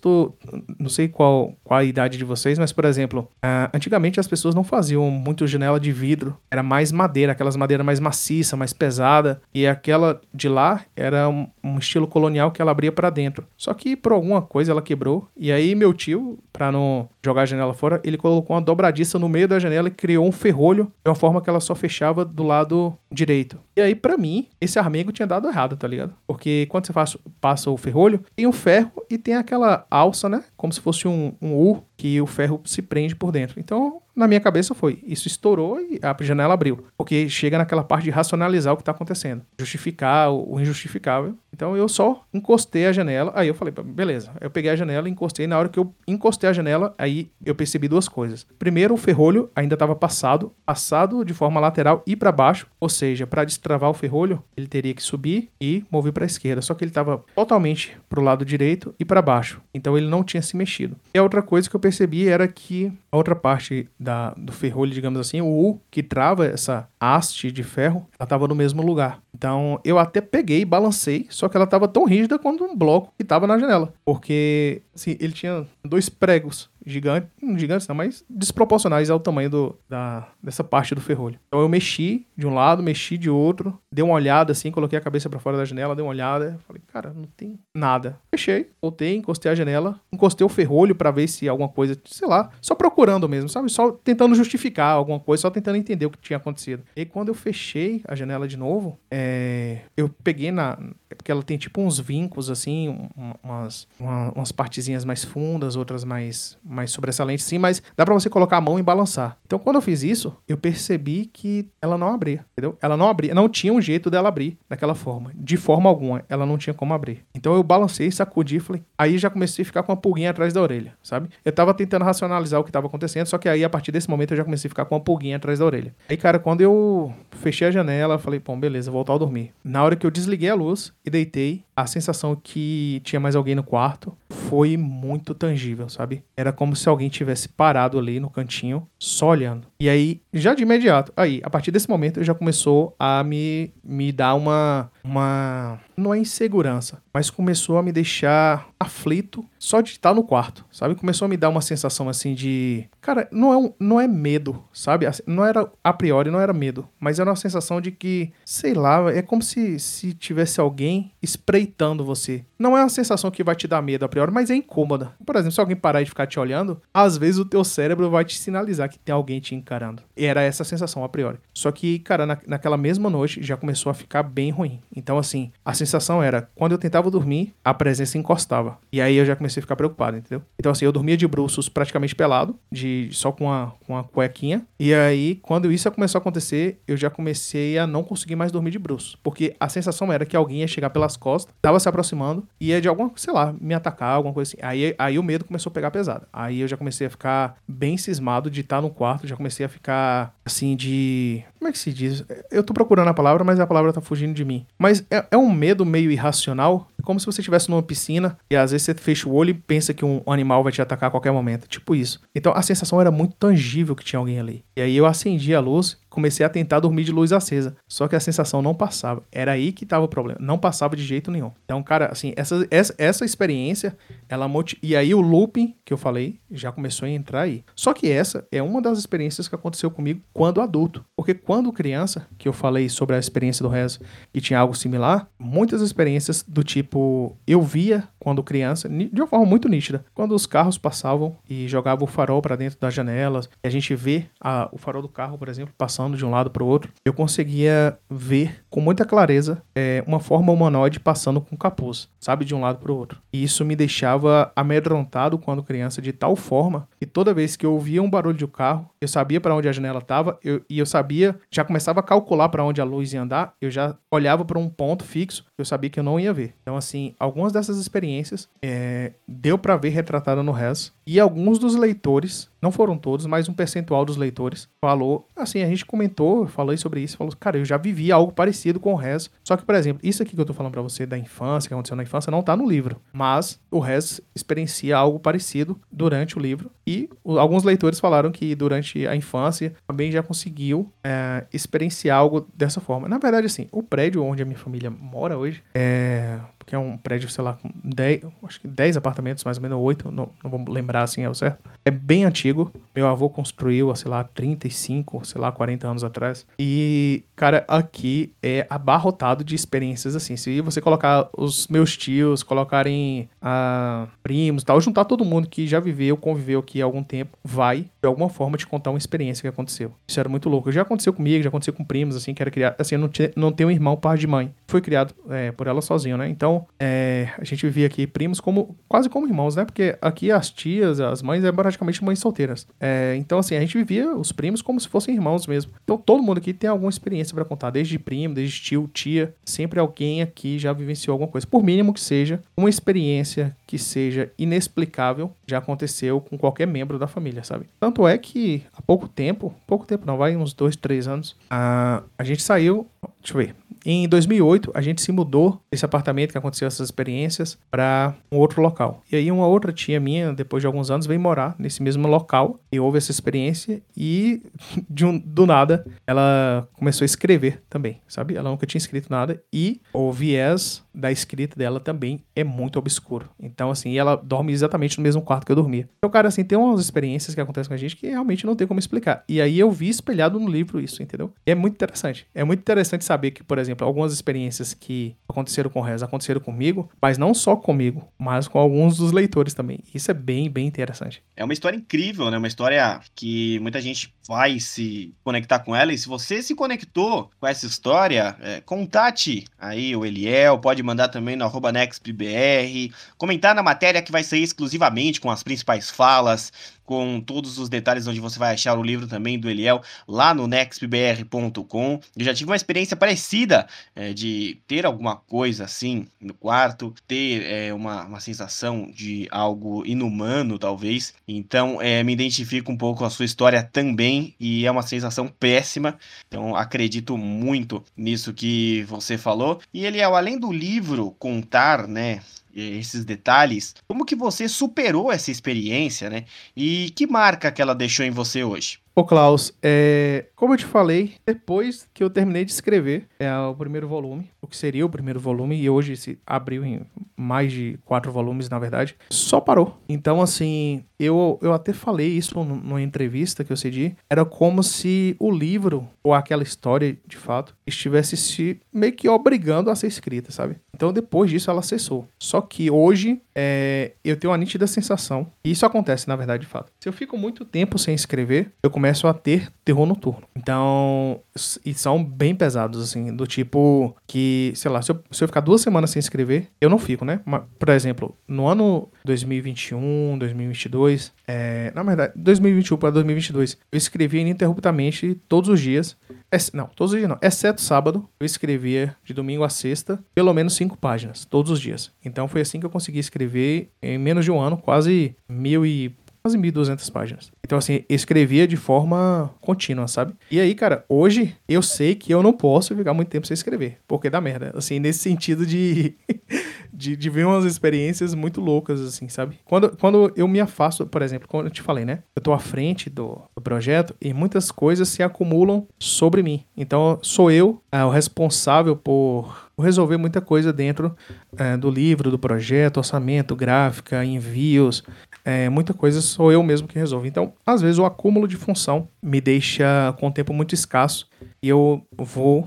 Não sei qual a idade de vocês, mas, por exemplo, antigamente as pessoas não faziam muito janela de vidro. Era mais madeira, aquelas madeiras mais maciça, mais pesada. E aquela de lá era um estilo colonial que ela abria pra dentro. Só que por alguma coisa ela quebrou. E aí meu tio, pra não jogar a janela fora, ele colocou uma dobradiça no meio da janela e criou um ferrolho de uma forma que ela só fechava do lado direito. E aí, pra mim, esse armego tinha dado errado, tá ligado? Porque quando você passa o ferrolho, tem um ferro e tem aquela alça, né? Como se fosse um U, que o ferro se prende por dentro. Então, na minha cabeça isso estourou e a janela abriu. Porque chega naquela parte de racionalizar o que tá acontecendo. Justificar o injustificável. Então, eu só encostei a janela. Aí eu falei, beleza. Eu peguei a janela e encostei. Na hora que eu encostei a janela, aí eu percebi duas coisas. Primeiro, o ferrolho ainda estava passado de forma lateral e para baixo. Ou seja, para destravar o ferrolho, ele teria que subir e mover para a esquerda. Só que ele estava totalmente pro lado direito e para baixo. Então, ele não tinha se mexido. E a outra coisa que eu percebi era que a outra parte do ferrolho, digamos assim, o U que trava essa haste de ferro, ela estava no mesmo lugar. Então, eu até peguei e balancei, só que ela estava tão rígida quanto um bloco que estava na janela. Porque, assim, ele tinha 2 pregos gigantes, não, mas desproporcionais ao tamanho dessa parte do ferrolho. Então, eu mexi de um lado, mexi de outro, dei uma olhada, assim, coloquei a cabeça para fora da janela, dei uma olhada, falei, cara, não tem nada. Fechei, voltei, encostei a janela, encostei o ferrolho para ver se alguma coisa, sei lá, só procurando mesmo, sabe? Só tentando justificar alguma coisa, só tentando entender o que tinha acontecido. E quando eu fechei a janela de novo, eu peguei porque ela tem tipo uns vincos, assim, umas partezinhas mais fundas, outras mais sobressalentes, sim, mas dá pra você colocar a mão e balançar. Então, quando eu fiz isso, eu percebi que ela não abria, entendeu? Ela não abria, não tinha um jeito dela abrir daquela forma. De forma alguma, ela não tinha como abrir. Então, eu balancei, sacudi, falei, aí já comecei a ficar com uma pulguinha atrás da orelha, sabe? Eu tava tentando racionalizar o que tava acontecendo, só que aí, a partir desse momento, eu já comecei a ficar com uma pulguinha atrás da orelha. Aí, cara, quando eu fechei a janela, falei, bom, beleza, vou voltar a dormir. Na hora que eu desliguei a luz e deitei, a sensação que tinha mais alguém no quarto foi muito tangível, sabe? Era como se alguém tivesse parado ali no cantinho, só olhando. E aí, já de imediato, a partir desse momento, já começou a me dar uma não é insegurança, mas começou a me deixar aflito só de estar no quarto, sabe? Começou a me dar uma sensação assim de... Cara, não é medo, sabe? Não era, a priori, não era medo, mas era uma sensação de que, sei lá, é como se tivesse alguém espreitando você. Não é uma sensação que vai te dar medo a priori, mas é incômoda. Por exemplo, se alguém parar e ficar te olhando, às vezes o teu cérebro vai te sinalizar que tem alguém te encarando. E era essa sensação a priori. Só que, cara, naquela mesma noite já começou a ficar bem ruim. Então, assim, a sensação era, quando eu tentava dormir, a presença encostava. E aí eu já comecei a ficar preocupado, entendeu? Então, assim, eu dormia de bruços praticamente pelado, só com uma cuequinha. E aí, quando isso começou a acontecer, eu já comecei a não conseguir mais dormir de bruços. Porque a sensação era que alguém ia chegar pelas costas, tava se aproximando, e ia de alguma, sei lá, me atacar, alguma coisa assim. Aí o medo começou a pegar pesado. Aí eu já comecei a ficar bem cismado de estar no quarto, já comecei a ficar, assim, de... Como é que se diz? Eu tô procurando a palavra, mas a palavra tá fugindo de mim. Mas é um medo meio irracional, como se você estivesse numa piscina e às vezes você fecha o olho e pensa que um animal vai te atacar a qualquer momento. Tipo isso. Então a sensação era muito tangível que tinha alguém ali. E aí eu acendi a luz, comecei a tentar dormir de luz acesa. Só que a sensação não passava. Era aí que tava o problema. Não passava de jeito nenhum. Então, cara, assim, essa experiência, e aí o looping que eu falei já começou a entrar aí. Só que essa é uma das experiências que aconteceu comigo quando adulto. Porque quando criança, que eu falei sobre a experiência do rezo e tinha algo similar, muitas experiências do tipo, eu via quando criança, de uma forma muito nítida, quando os carros passavam e jogavam o farol para dentro das janelas, e a gente vê o farol do carro, por exemplo, passando de um lado para o outro, eu conseguia ver com muita clareza uma forma humanoide passando com capuz, sabe, de um lado para o outro. E isso me deixava amedrontado quando criança, de tal forma que toda vez que eu ouvia um barulho de um carro, eu sabia para onde a janela estava, e eu sabia, já começava a calcular para onde a luz ia andar, eu já olhava para um ponto fixo, eu sabia que eu não ia ver. Então, assim, algumas dessas experiências deu para ver retratada no rezo, e alguns dos leitores, não foram todos, mas um percentual dos leitores falou, assim, a gente comentou, falei sobre isso, falou, cara, eu já vivi algo parecido com o rezo, só que, por exemplo, isso aqui que eu tô falando pra você da infância, que aconteceu na infância, não tá no livro, mas o rezo experiencia algo parecido durante o livro, e alguns leitores falaram que durante a infância também já conseguiu experienciar algo dessa forma. Na verdade, assim, o prédio onde a minha família mora hoje que é um prédio, sei lá, com 10 apartamentos, mais ou menos 8, não vou lembrar assim ao certo. É bem antigo. Meu avô construiu, sei lá, 35, sei lá, 40 anos atrás. E, cara, aqui é abarrotado de experiências assim. Se você colocar os meus tios, colocarem primos e tal, juntar todo mundo que já viveu, conviveu aqui há algum tempo, vai, de alguma forma, te contar uma experiência que aconteceu. Isso era muito louco. Já aconteceu comigo, já aconteceu com primos, assim, que era criado... Assim, eu não tenho um irmão par de mãe. Foi criado por ela sozinho, né? Então, a gente vivia aqui primos quase como irmãos, né? Porque aqui as tias, as mães, praticamente mães solteiras. Então, assim, a gente vivia os primos como se fossem irmãos mesmo. Então, todo mundo aqui tem alguma experiência pra contar. Desde primo, desde tio, tia. Sempre alguém aqui já vivenciou alguma coisa. Por mínimo que seja, uma experiência que seja inexplicável já aconteceu com qualquer membro da família, sabe? Tanto é que há pouco tempo não, vai uns 2, 3 anos, a gente saiu, deixa eu ver, em 2008, a gente se mudou desse apartamento que aconteceu essas experiências para um outro local. E aí uma outra tia minha, depois de alguns anos, veio morar nesse mesmo local e houve essa experiência e do nada ela começou a escrever também, sabe? Ela nunca tinha escrito nada e o viés da escrita dela também é muito obscuro. Então, assim, ela dorme exatamente no mesmo quarto que eu dormia. Então, cara, assim, tem umas experiências que acontecem com a gente que realmente não tem como explicar. E aí eu vi espelhado no livro isso, entendeu? E é muito interessante. É muito interessante saber que, por exemplo, algumas experiências que aconteceram com o Rez aconteceram comigo, mas não só comigo, mas com alguns dos leitores também. Isso é bem, bem interessante. É uma história incrível, né? Uma história que muita gente vai se conectar com ela. E se você se conectou com essa história, contate aí o Eliel, pode mandar também no @nextbr, comentar na matéria que vai sair exclusivamente com as principais falas, com todos os detalhes onde você vai achar o livro também do Eliel lá no nextbr.com. Eu já tive uma experiência parecida de ter alguma coisa assim no quarto, ter uma sensação de algo inumano, talvez. Então, me identifico um pouco com a sua história também e é uma sensação péssima. Então, acredito muito nisso que você falou. E Eliel, além do livro contar, né, esses detalhes, como que você superou essa experiência, né? E que marca que ela deixou em você hoje? Ô, Klaus, como eu te falei, depois que eu terminei de escrever o primeiro volume, o que seria o primeiro volume, e hoje se abriu em mais de 4 volumes, na verdade, só parou. Então, assim, eu até falei isso numa entrevista que eu cedi, era como se o livro, ou aquela história, de fato, estivesse se meio que obrigando a ser escrita, sabe? Então, depois disso, ela cessou. Só que hoje, eu tenho uma nítida sensação, e isso acontece, na verdade, de fato. Se eu fico muito tempo sem escrever, eu começo a ter terror noturno. Então, e são bem pesados, assim, do tipo que, sei lá, se eu ficar 2 semanas sem escrever, eu não fico, né? Mas, por exemplo, no ano 2021, 2022, na verdade, 2021 para 2022, eu escrevia ininterruptamente todos os dias. Não, todos os dias não. Exceto sábado, eu escrevia de domingo a sexta, pelo menos 5 páginas, todos os dias. Então foi assim que eu consegui escrever em menos de um ano, quase 1.200 páginas. Então, assim, escrevia de forma contínua, sabe? E aí, cara, hoje eu sei que eu não posso ficar muito tempo sem escrever, porque dá merda. Assim, nesse sentido de ver umas experiências muito loucas, assim, sabe? Quando eu me afasto, por exemplo, como eu te falei, né? Eu tô à frente do projeto e muitas coisas se acumulam sobre mim. Então, sou eu o responsável por resolver muita coisa dentro do livro, do projeto, orçamento, gráfica, envios, muita coisa sou eu mesmo que resolvo. Então, às vezes, o acúmulo de função me deixa com um tempo muito escasso e eu vou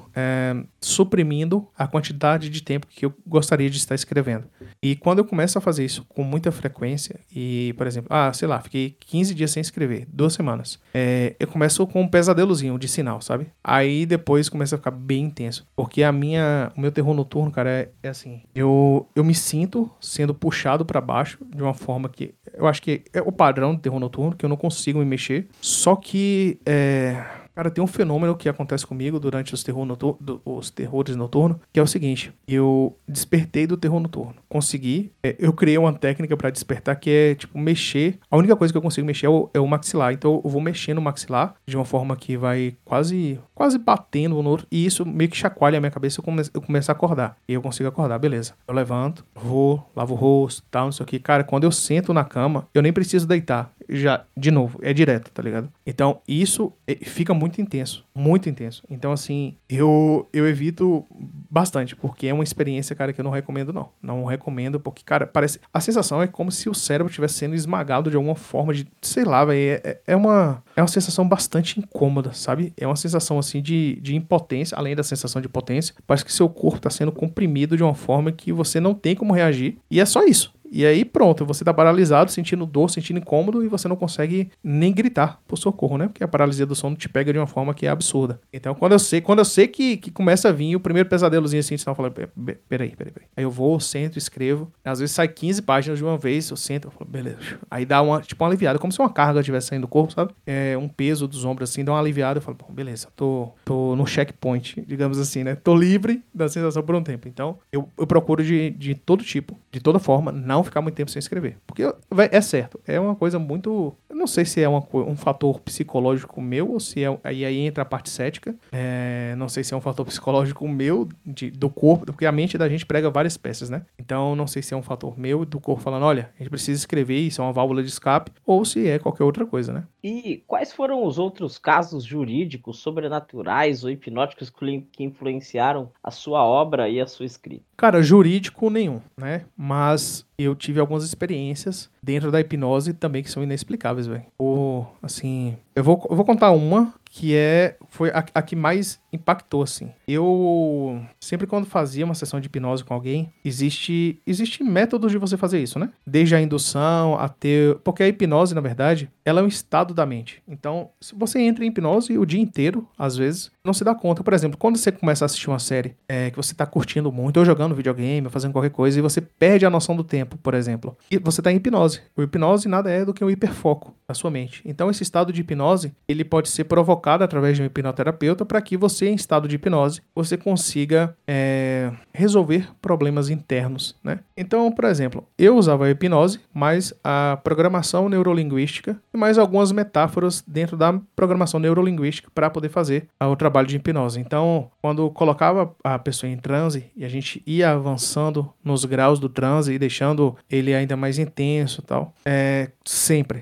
suprimindo a quantidade de tempo que eu gostaria de estar escrevendo. E quando eu começo a fazer isso com muita frequência e, por exemplo, sei lá, fiquei 15 dias sem escrever, 2 semanas, eu começo com um pesadelozinho de sinal, sabe? Aí depois começa a ficar bem intenso, porque o meu terror noturno, cara, é assim, eu me sinto sendo puxado pra baixo de uma forma que eu acho que é o padrão do terror noturno, que eu não consigo me mexer, só que cara, tem um fenômeno que acontece comigo durante os terrores noturnos, que é o seguinte, eu despertei do terror noturno. Consegui, eu criei uma técnica pra despertar que é, tipo, mexer. A única coisa que eu consigo mexer é o maxilar. Então eu vou mexendo no maxilar de uma forma que vai quase batendo no outro, e isso meio que chacoalha a minha cabeça e eu começo a acordar. E eu consigo acordar, beleza. Eu levanto, vou, lavo o rosto, tal, não sei o que. Cara, quando eu sento na cama, eu nem preciso deitar. Já, de novo, é direto, tá ligado? Então, isso fica muito intenso. Muito intenso. Então, assim, eu evito bastante, porque é uma experiência, cara, que eu não recomendo, não. Não recomendo, porque, cara, parece... A sensação é como se o cérebro estivesse sendo esmagado de alguma forma de... Sei lá, velho. É uma sensação bastante incômoda, sabe? É uma sensação, assim, de impotência, além da sensação de potência. Parece que seu corpo tá sendo comprimido de uma forma que você não tem como reagir. E é só isso. E aí pronto, você tá paralisado, sentindo dor, sentindo incômodo e você não consegue nem gritar por socorro, né? Porque a paralisia do sono te pega de uma forma que é absurda. Então quando eu sei que começa a vir o primeiro pesadelozinho assim, eu falo, peraí. Aí eu vou, sento, escrevo. Às vezes sai 15 páginas de uma vez, eu sento, eu falo, beleza. Aí dá uma aliviada, como se uma carga estivesse saindo do corpo, sabe? Um peso dos ombros assim, dá uma aliviada, eu falo, bom, beleza, tô no checkpoint, digamos assim, né? Tô livre da sensação por um tempo. Então eu procuro de todo tipo, de toda forma, não ficar muito tempo sem escrever. Porque é certo, é uma coisa muito... Eu não sei se é um fator psicológico meu ou se aí entra a parte cética. Não sei se é um fator psicológico meu, do corpo, porque a mente da gente prega várias peças, né? Então não sei se é um fator meu do corpo falando, olha, a gente precisa escrever, isso é uma válvula de escape, ou se é qualquer outra coisa, né? E quais foram os outros casos jurídicos, sobrenaturais ou hipnóticos que influenciaram a sua obra e a sua escrita? Cara, jurídico nenhum, né? Mas eu tive algumas experiências dentro da hipnose também que são inexplicáveis, velho. Assim, eu vou contar uma foi a que mais impactou, assim. Eu, sempre quando fazia uma sessão de hipnose com alguém, existe métodos de você fazer isso, né? Desde a indução até... Porque a hipnose, na verdade, ela é um estado da mente. Então, se você entra em hipnose o dia inteiro, às vezes, não se dá conta. Por exemplo, quando você começa a assistir uma série que você tá curtindo muito, ou jogando videogame, ou fazendo qualquer coisa, e você perde a noção do tempo, por exemplo, e você tá em hipnose. O hipnose nada é do que um hiperfoco da sua mente. Então, esse estado de hipnose, ele pode ser provocado através de um hipnoterapeuta para que você, em estado de hipnose, você consiga resolver problemas internos, né? Então, por exemplo, eu usava a hipnose, mais a programação neurolinguística e mais algumas metáforas dentro da programação neurolinguística para poder fazer o trabalho de hipnose. Então, quando colocava a pessoa em transe e a gente ia avançando nos graus do transe e deixando ele ainda mais intenso e tal, sempre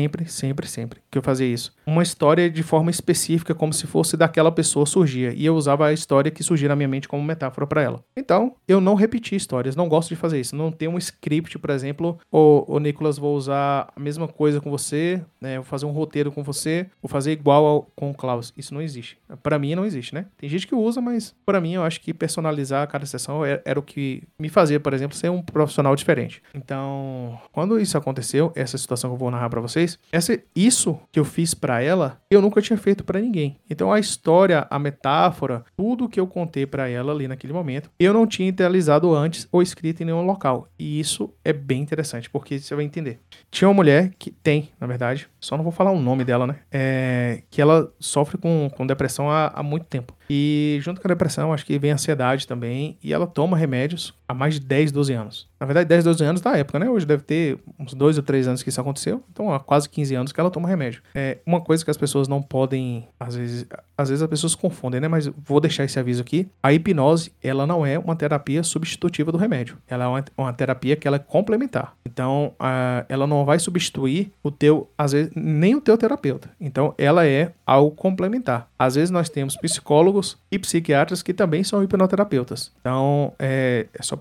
que eu fazia isso. Uma história de forma específica, como se fosse daquela pessoa surgia. E eu usava a história que surgia na minha mente como metáfora para ela. Então, eu não repeti histórias, não gosto de fazer isso. Não tem um script, por exemplo, ô Nicolas, vou usar a mesma coisa com você, né? Vou fazer um roteiro com você, vou fazer igual com o Klaus. Isso não existe. Para mim não existe, né? Tem gente que usa, mas para mim eu acho que personalizar cada sessão era o que me fazia, por exemplo, ser um profissional diferente. Então, quando isso aconteceu, essa situação que eu vou narrar para vocês, isso que eu fiz para ela, eu nunca tinha feito para ninguém. Então a história, a metáfora, tudo que eu contei para ela ali naquele momento, eu não tinha idealizado antes ou escrito em nenhum local. E isso é bem interessante, porque você vai entender. Tinha uma mulher que tem, na verdade, só não vou falar o nome dela, né? Que ela sofre com depressão há muito tempo. E junto com a depressão, acho que vem a ansiedade também. E ela toma remédios há mais de 10, 12 anos. Na verdade, 10, 12 anos da época, né? Hoje deve ter uns 2 ou 3 anos que isso aconteceu. Então, há quase 15 anos que ela toma remédio. Uma coisa que as pessoas não podem... Às vezes as pessoas confundem, né? Mas vou deixar esse aviso aqui. A hipnose, ela não é uma terapia substitutiva do remédio. Ela é uma terapia que ela é complementar. Então, ela não vai substituir às vezes, nem o teu terapeuta. Então, ela é algo complementar. Às vezes, nós temos psicólogos e psiquiatras que também são hipnoterapeutas. Então, é só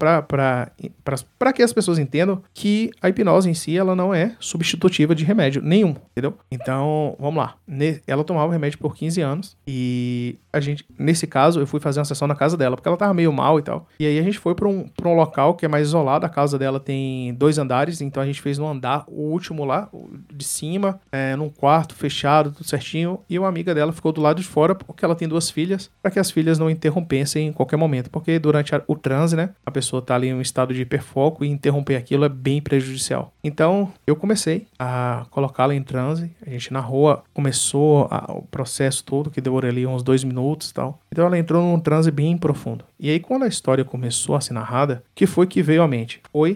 para que as pessoas entendam que a hipnose em si, ela não é substitutiva de remédio nenhum, entendeu? Então, vamos lá. Ela tomava o remédio por 15 anos e nesse caso, eu fui fazer uma sessão na casa dela, porque ela tava meio mal e tal. E aí a gente foi para um local que é mais isolado. A casa dela tem 2 andares, então a gente fez no andar, o último lá, de cima, num quarto fechado, tudo certinho. E uma amiga dela ficou do lado de fora, porque ela tem 2 filhas, para que as filhas não interrompessem em qualquer momento, porque durante o transe, né, a pessoa tá ali em um estado de hiperfoco e interromper aquilo é bem prejudicial. Então, eu comecei a colocá-la em transe, a gente na rua começou o processo todo, que demorou ali uns 2 minutos e tal. Então, ela entrou num transe bem profundo. E aí, quando a história começou a ser narrada, que foi que veio à mente?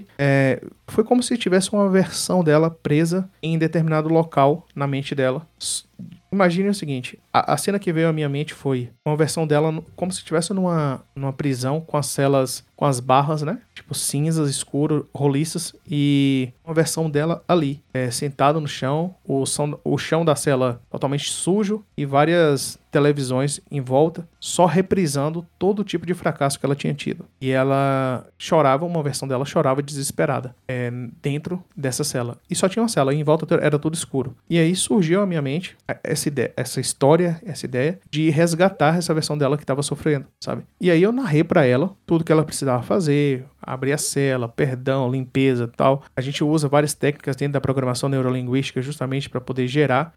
Foi como se tivesse uma versão dela presa em determinado local na mente dela. Imagine o seguinte, a cena que veio à minha mente foi uma versão dela como se estivesse numa prisão com as celas, com as barras, né? Tipo cinzas, escuro, roliças, e uma versão dela ali, sentada no chão, o chão da cela totalmente sujo e várias televisões em volta, só reprisando todo tipo de fracasso que ela tinha tido. E ela chorava, uma versão dela chorava desesperada, dentro dessa cela. E só tinha uma cela, e em volta era tudo escuro. E aí surgiu à minha mente essa ideia de resgatar essa versão dela que estava sofrendo, sabe? E aí eu narrei pra ela tudo que ela precisava fazer, abrir a cela, perdão, limpeza e tal. A gente usa várias técnicas dentro da programação neurolinguística justamente para poder gerar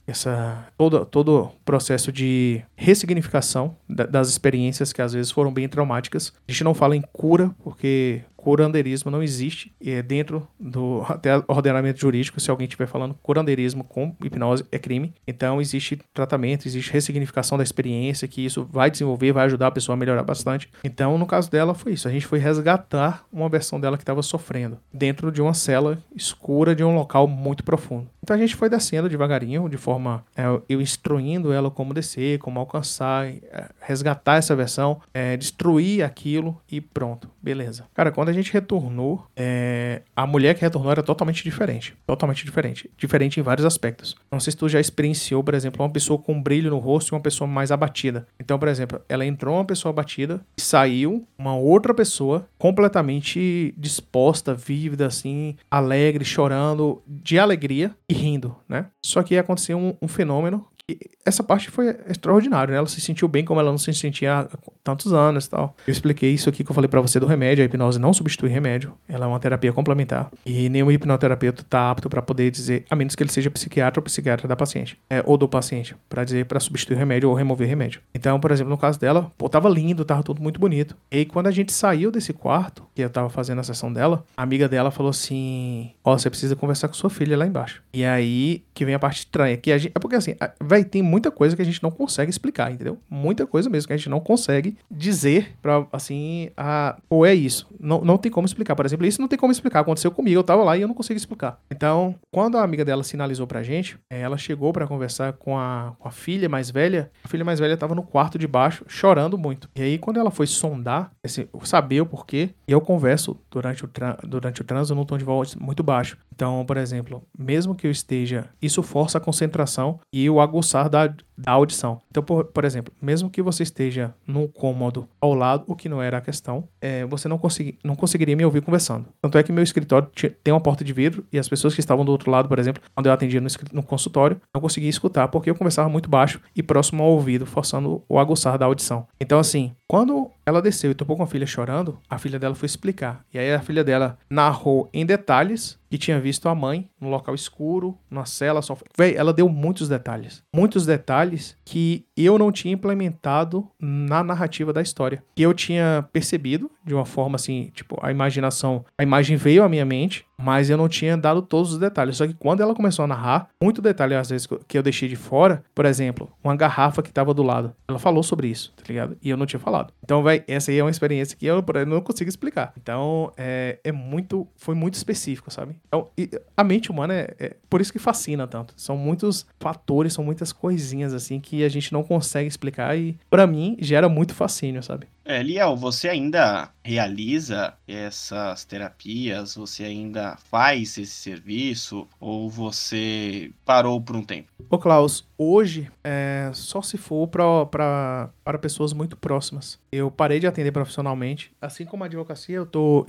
todo o processo de ressignificação das experiências que às vezes foram bem traumáticas. A gente não fala em cura, porque curandeirismo não existe, e é dentro do até ordenamento jurídico. Se alguém estiver falando curandeirismo com hipnose, é crime. Então existe tratamento, existe ressignificação da experiência, que isso vai desenvolver, vai ajudar a pessoa a melhorar bastante. Então, no caso dela, foi isso. A gente foi resgatar uma versão dela que estava sofrendo dentro de uma cela escura de um local muito profundo. Então a gente foi descendo devagarinho, de forma eu instruindo ela como descer, como alcançar, resgatar essa versão, destruir aquilo e pronto, beleza. Cara, quando a gente retornou, a mulher que retornou era totalmente diferente. Totalmente diferente. Diferente em vários aspectos. Não sei se tu já experienciou, por exemplo, uma pessoa com um brilho no rosto e uma pessoa mais abatida. Então, por exemplo, ela entrou uma pessoa abatida e saiu uma outra pessoa completamente disposta, vívida, assim, alegre, chorando, de alegria e rindo, né? Só que aconteceu um fenômeno essa parte foi extraordinária, né? Ela se sentiu bem como ela não se sentia há tantos anos e tal. Eu expliquei isso aqui que eu falei pra você do remédio. A hipnose não substitui remédio. Ela é uma terapia complementar. E nenhum hipnoterapeuta tá apto pra poder dizer, a menos que ele seja psiquiatra ou psiquiatra da paciente. Ou do paciente, pra dizer pra substituir remédio ou remover remédio. Então, por exemplo, no caso dela, pô, tava lindo, tava tudo muito bonito. E aí, quando a gente saiu desse quarto, que eu tava fazendo a sessão dela, a amiga dela falou assim, você precisa conversar com sua filha lá embaixo. E aí, que vem a parte estranha, que a gente... É porque assim, tem muita coisa que a gente não consegue explicar, entendeu? Muita coisa mesmo que a gente não consegue dizer pra, assim, ou é isso. Não tem como explicar. Por exemplo, isso não tem como explicar. Aconteceu comigo, eu tava lá e eu não consegui explicar. Então, quando a amiga dela sinalizou pra gente, ela chegou pra conversar com a filha mais velha. A filha mais velha tava no quarto de baixo, chorando muito. E aí, quando ela foi sondar, assim, saber o porquê, e eu converso durante o trânsito num tom de voz muito baixo. Então, por exemplo, mesmo que eu esteja... Isso força a concentração e o aguçar da audição. Então, por exemplo, mesmo que você esteja num cômodo ao lado, o que não era a questão, você não conseguiria me ouvir conversando. Tanto é que meu escritório tem uma porta de vidro e as pessoas que estavam do outro lado, por exemplo, quando eu atendia no consultório, não conseguia escutar porque eu conversava muito baixo e próximo ao ouvido, forçando o aguçar da audição. Então, assim, quando ela desceu e topou com a filha chorando, a filha dela foi explicar. E aí a filha dela narrou em detalhes que tinha visto a mãe no local escuro, na cela, só... Véi, ela deu muitos detalhes que eu não tinha implementado na narrativa da história. Que eu tinha percebido de uma forma assim, tipo, a imagem veio à minha mente, mas eu não tinha dado todos os detalhes. Só que quando ela começou a narrar, muito detalhe às vezes que eu deixei de fora, por exemplo, uma garrafa que tava do lado. Ela falou sobre isso, tá ligado? E eu não tinha falado. Então, véi, essa aí é uma experiência que eu não consigo explicar. Então, foi muito específico, sabe? Então, a mente humana é por isso que fascina tanto. São muitos fatores, são muitas coisinhas assim que a gente não consegue explicar e pra mim gera muito fascínio, sabe? Liel, você ainda realiza essas terapias? Você ainda faz esse serviço? Ou você parou por um tempo? Ô Klaus, hoje só se for para pessoas muito próximas. Eu parei de atender profissionalmente. Assim como a advocacia, eu tô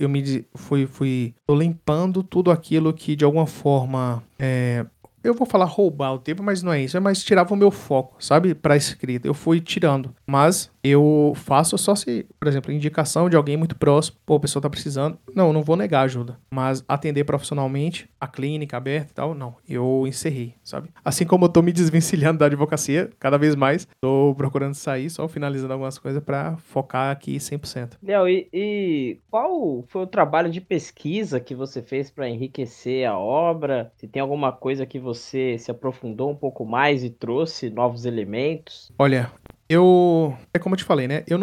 limpando tudo aquilo que de alguma forma... eu vou falar roubar o tempo, mas não é isso. É mais tirava o meu foco, sabe? Pra escrita. Eu fui tirando. Mas eu faço só se, por exemplo, indicação de alguém muito próximo. Pô, a pessoa tá precisando. Não vou negar ajuda. Mas atender profissionalmente, a clínica aberta e tal, não. Eu encerrei, sabe? Assim como eu tô me desvencilhando da advocacia, cada vez mais, tô procurando sair, só finalizando algumas coisas pra focar aqui 100%. Léo, e qual foi o trabalho de pesquisa que você fez pra enriquecer a obra? Se tem alguma coisa que você se aprofundou um pouco mais e trouxe novos elementos? Olha, é como eu te falei, né? Eu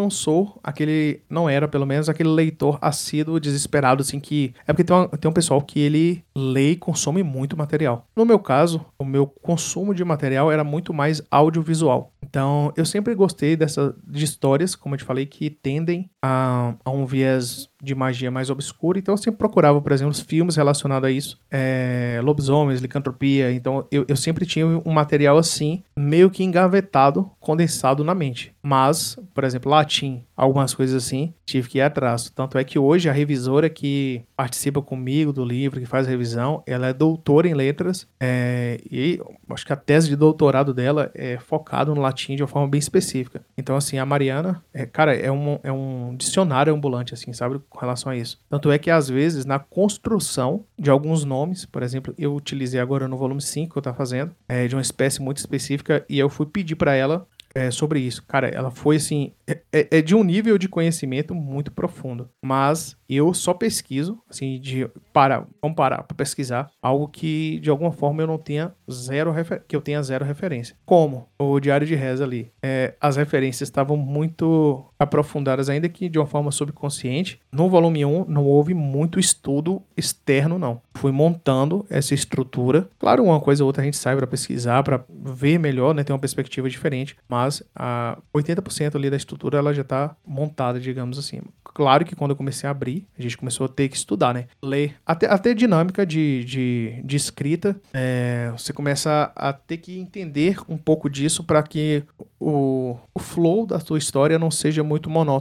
não era pelo menos aquele leitor assíduo, desesperado, assim, que... É porque tem um pessoal que ele lê e consome muito material. No meu caso, o meu consumo de material era muito mais audiovisual. Então, eu sempre gostei de histórias, como eu te falei, que tendem a um viés de magia mais obscura. Então, eu sempre procurava, por exemplo, os filmes relacionados a isso. Lobisomens, licantropia. Então, eu sempre tinha um material assim, meio que engavetado, condensado na mente. Mas, por exemplo, latim, algumas coisas assim, tive que ir atrás. Tanto é que hoje a revisora que participa comigo do livro, que faz a revisão, ela é doutora em letras, e acho que a tese de doutorado dela é focada no latim de uma forma bem específica. Então, assim, a Mariana, cara, é um dicionário ambulante, assim, sabe, com relação a isso. Tanto é que, às vezes, na construção de alguns nomes, por exemplo, eu utilizei agora no volume 5 que eu tô fazendo, de uma espécie muito específica, e eu fui pedir para ela sobre isso. Cara, ela foi assim, de um nível de conhecimento muito profundo, mas eu só pesquiso, assim, vamos parar para pesquisar algo que de alguma forma eu tenha zero referência. Como o Diário de Reza ali, as referências estavam muito aprofundadas, ainda que de uma forma subconsciente. No volume 1 não houve muito estudo externo, não. Fui montando essa estrutura. Claro, uma coisa ou outra a gente sai para pesquisar, para ver melhor, né, ter uma perspectiva diferente, mas 80% ali da estrutura ela já está montada, digamos assim. Claro que quando eu comecei a abrir, a gente começou a ter que estudar, né? Ler. Até dinâmica de escrita, você começa a ter que entender um pouco disso para que o flow da sua história não seja muito monótono.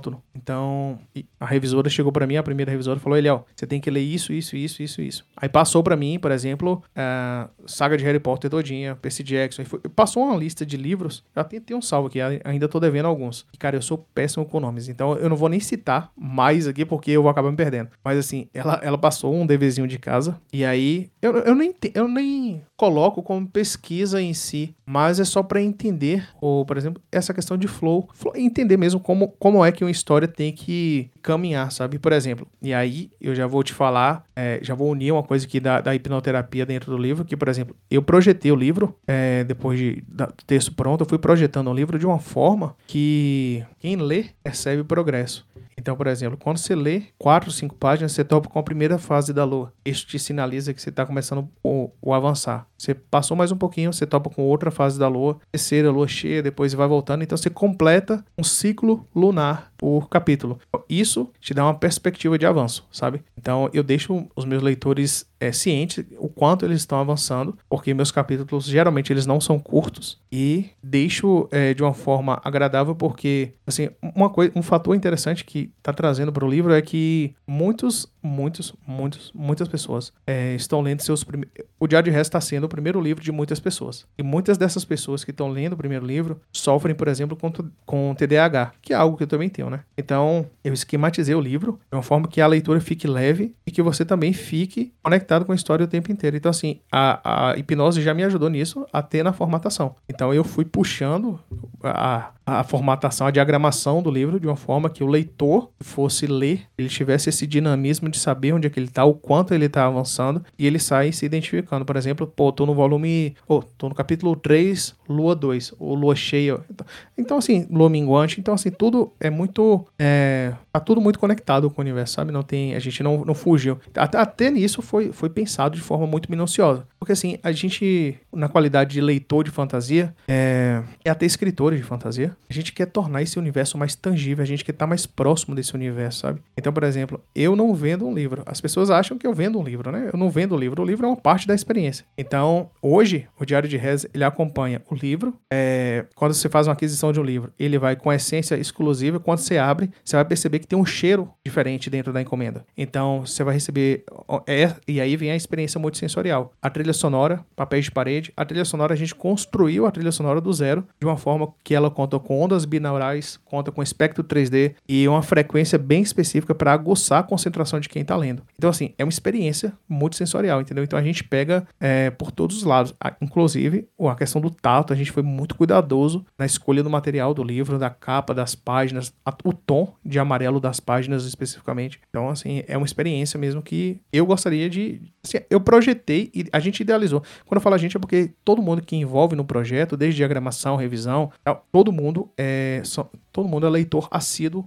Então, a revisora chegou pra mim, a primeira revisora falou, Eliel, você tem que ler isso. Aí passou pra mim, por exemplo, a saga de Harry Potter todinha, Percy Jackson, passou uma lista de livros, eu até tenho um salvo aqui, ainda tô devendo alguns. E, cara, eu sou péssimo com nomes, então eu não vou nem citar mais aqui, porque eu vou acabar me perdendo. Mas assim, ela passou um DVzinho de casa, e aí eu nem coloco como pesquisa em si, mas é só pra entender, ou, por exemplo, essa questão de flow, entender mesmo como é que uma história tem que caminhar, sabe? Por exemplo, e aí eu já vou te falar, já vou unir uma coisa aqui da hipnoterapia dentro do livro, que, por exemplo, eu projetei o livro, depois do texto pronto, eu fui projetando o livro de uma forma que quem lê percebe o progresso. Então, por exemplo, quando você lê 4 ou 5 páginas, você topa com a primeira fase da lua. Isso te sinaliza que você está começando o avançar. Você passou mais um pouquinho, você topa com outra fase da lua, terceira lua cheia, depois vai voltando. Então, você completa um ciclo lunar por capítulo. Isso te dá uma perspectiva de avanço, sabe? Então, eu deixo os meus leitores cientes o quanto eles estão avançando, porque meus capítulos, geralmente, eles não são curtos. E deixo de uma forma agradável, porque, assim, um fator interessante que está trazendo para o livro é que muitas pessoas estão lendo o Diário de Hess está sendo o primeiro livro de muitas pessoas. E muitas dessas pessoas que estão lendo o primeiro livro sofrem, por exemplo, com TDAH, que é algo que eu também tenho, né? Então, eu esquematizei o livro de uma forma que a leitura fique leve e que você também fique conectado com a história o tempo inteiro. Então, assim, a hipnose já me ajudou nisso até na formatação. Então, eu fui puxando a formatação, a diagramação do livro de uma forma que o leitor fosse ler, ele tivesse esse dinamismo de saber onde é que ele tá, o quanto ele tá avançando, e ele sai se identificando. Por exemplo, tô no capítulo 3, Lua 2, ou Lua cheia. Então, assim, Lua minguante. Então, assim, tudo é muito... tá tudo muito conectado com o universo, sabe? A gente não fugiu. Até nisso foi pensado de forma muito minuciosa. Porque, assim, a gente, na qualidade de leitor de fantasia, e até escritores de fantasia, a gente quer tornar esse universo mais tangível, a gente quer estar mais próximo desse universo, sabe? Então, por exemplo, eu não vendo um livro. As pessoas acham que eu vendo um livro, né? Eu não vendo o livro. O livro é uma parte da experiência. Então, hoje, o Diário de Hess, ele acompanha o livro. Quando você faz uma aquisição de um livro, ele vai com essência exclusiva. Quando você abre, você vai perceber que tem um cheiro diferente dentro da encomenda. Então, você vai receber... E aí vem a experiência multissensorial. A trilha sonora, papéis de parede. A trilha sonora, a gente construiu a trilha sonora do zero, de uma forma que ela conta com ondas binaurais, conta com espectro 3D e uma frequência bem específica para aguçar a concentração de quem está lendo. Então, assim, é uma experiência multissensorial, entendeu? Então, a gente pega por todos os lados. Inclusive, a questão do tato, a gente foi muito cuidadoso na escolha do material do livro, da capa, das páginas, o tom de amarelo das páginas especificamente. Então, assim, é uma experiência mesmo que eu gostaria de... Assim, eu projetei e a gente idealizou. Quando eu falo a gente é porque todo mundo que envolve no projeto, desde diagramação, revisão, todo mundo é leitor assíduo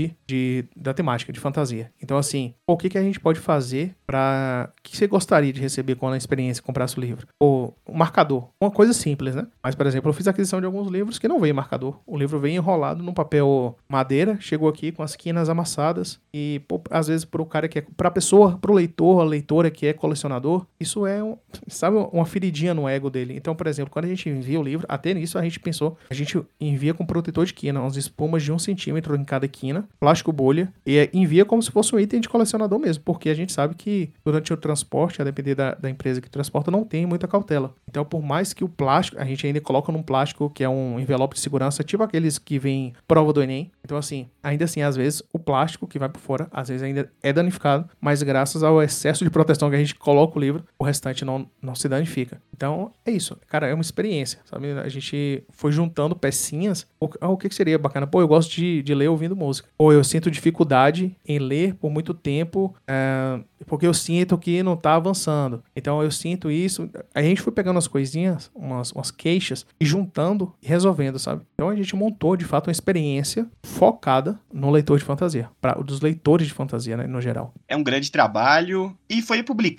da temática, de fantasia. Então, assim, o que a gente pode fazer para... O que você gostaria de receber quando a experiência comprasse o livro? Ou um marcador. Uma coisa simples, né? Mas, por exemplo, eu fiz aquisição de alguns livros que não veio marcador. O livro veio enrolado num papel madeira, chegou aqui com as quinas amassadas e, às vezes, pro cara que é... Pra pessoa, pro leitor, a leitora que é colecionador, isso é, sabe, uma feridinha no ego dele. Então, por exemplo, quando a gente envia o livro, até nisso a gente pensou, a gente envia com protetor de quina, umas espumas de 1 centímetro em cada quina, plástico bolha, e envia como se fosse um item de colecionador mesmo, porque a gente sabe que durante o transporte, a depender da empresa que transporta, não tem muita cautela. Então, por mais que o plástico, a gente ainda coloca num plástico que é um envelope de segurança, tipo aqueles que vem prova do Enem. Então, assim, ainda assim, às vezes, o plástico que vai por fora, às vezes ainda é danificado, mas graças ao excesso de proteção que a gente coloca o livro, o restante não se danifica. Então, é isso. Cara, é uma experiência, sabe? A gente foi juntando pecinhas. O que seria bacana? Pô, eu gosto de ler ouvindo música. Ou eu sinto dificuldade em ler por muito tempo, porque eu sinto que não tá avançando. Então, eu sinto isso. A gente foi pegando as coisinhas, umas queixas, e juntando e resolvendo, sabe? Então, a gente montou, de fato, uma experiência focada no leitor de fantasia. Dos leitores de fantasia, né, no geral. É um grande trabalho. E foi publicado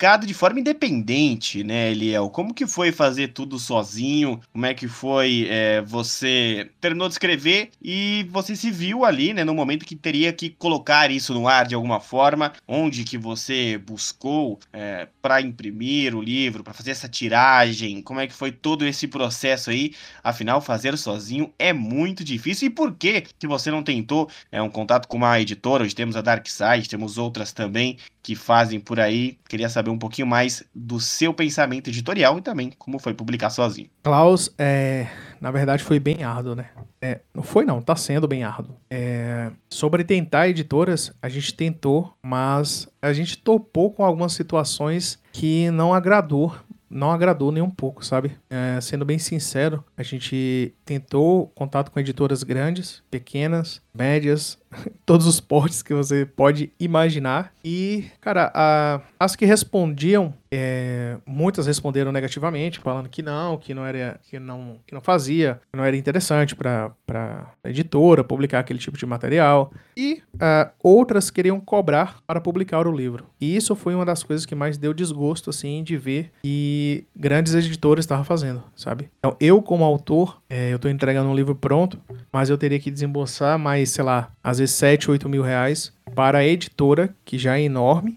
publicado de forma independente, né, Eliel? Como que foi fazer tudo sozinho? Como é que foi você terminou de escrever e você se viu ali, né, no momento que teria que colocar isso no ar de alguma forma? Onde que você buscou para imprimir o livro, para fazer essa tiragem? Como é que foi todo esse processo aí? Afinal, fazer sozinho é muito difícil. E por que você não tentou um contato com uma editora? Hoje temos a Dark Side, temos outras também que fazem por aí. Queria saber um pouquinho mais do seu pensamento editorial e também como foi publicar sozinho. Klaus, na verdade foi bem árduo, né? Não foi não, tá sendo bem árduo. Sobre tentar editoras, a gente tentou, mas a gente topou com algumas situações que não agradou nem um pouco, sabe? Sendo bem sincero, a gente tentou contato com editoras grandes, pequenas, médias, todos os portes que você pode imaginar. E, cara, as que respondiam, muitas responderam negativamente, falando que não era interessante para editora publicar aquele tipo de material. E outras queriam cobrar para publicar o livro. E isso foi uma das coisas que mais deu desgosto, assim, de ver que grandes editoras estavam fazendo, sabe? Então, eu como autor, eu tô entregando um livro pronto, mas eu teria que desembolsar mais, sei lá, às vezes 7, 8 mil reais para a editora, que já é enorme,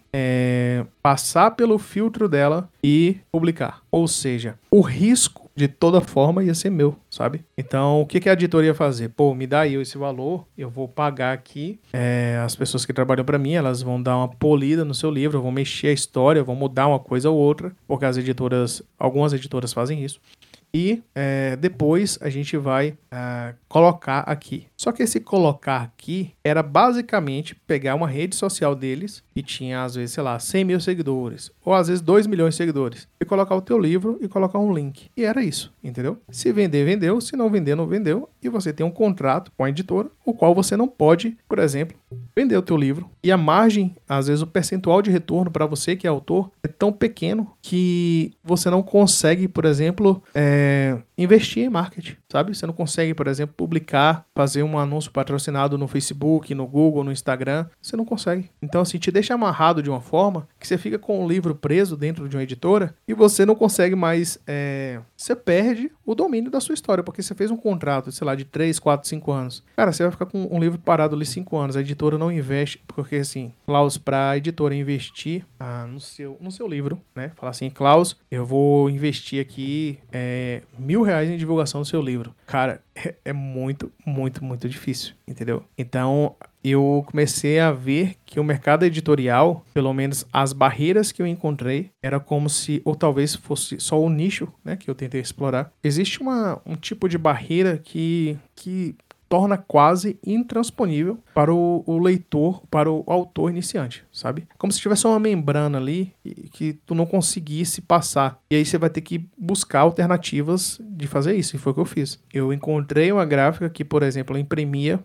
passar pelo filtro dela e publicar. Ou seja, o risco de toda forma ia ser meu, sabe? Então, o que a editora ia fazer? Pô, me dá aí esse valor, eu vou pagar aqui. As pessoas que trabalham para mim, elas vão dar uma polida no seu livro, vão mexer a história, vão mudar uma coisa ou outra, porque algumas editoras fazem isso. E depois a gente vai colocar aqui. Só que esse colocar aqui era basicamente pegar uma rede social deles, que tinha às vezes, sei lá, 100 mil seguidores, ou às vezes 2 milhões de seguidores, e colocar o teu livro e colocar um link. E era isso, entendeu? Se vender, vendeu. Se não vender, não vendeu. E você tem um contrato com a editora, o qual você não pode, por exemplo, vender o teu livro. E a margem, às vezes o percentual de retorno para você que é autor é tão pequeno que você não consegue, por exemplo, investir em marketing, sabe? Você não consegue, por exemplo, publicar, fazer um anúncio patrocinado no Facebook, no Google, no Instagram. Você não consegue. Então, assim, te deixa amarrado de uma forma que você fica com o livro preso dentro de uma editora e você não consegue mais... Você perde o domínio da sua história, porque você fez um contrato, sei lá, de 3, 4, 5 anos. Cara, você vai ficar com um livro parado ali 5 anos. A editora não investe, porque, assim, Klaus, pra editora investir no seu livro, né? Falar assim, Klaus, eu vou investir aqui R$1.000 em divulgação do seu livro. Cara, é muito, muito, muito difícil, entendeu? Então, eu comecei a ver que o mercado editorial, pelo menos as barreiras que eu encontrei, era como se, ou talvez fosse só o nicho, né, que eu tentei explorar. Existe um tipo de barreira que torna quase intransponível para o leitor, para o autor iniciante, sabe? Como se tivesse uma membrana ali que tu não conseguisse passar. E aí você vai ter que buscar alternativas de fazer isso, e foi o que eu fiz. Eu encontrei uma gráfica que, por exemplo, imprimia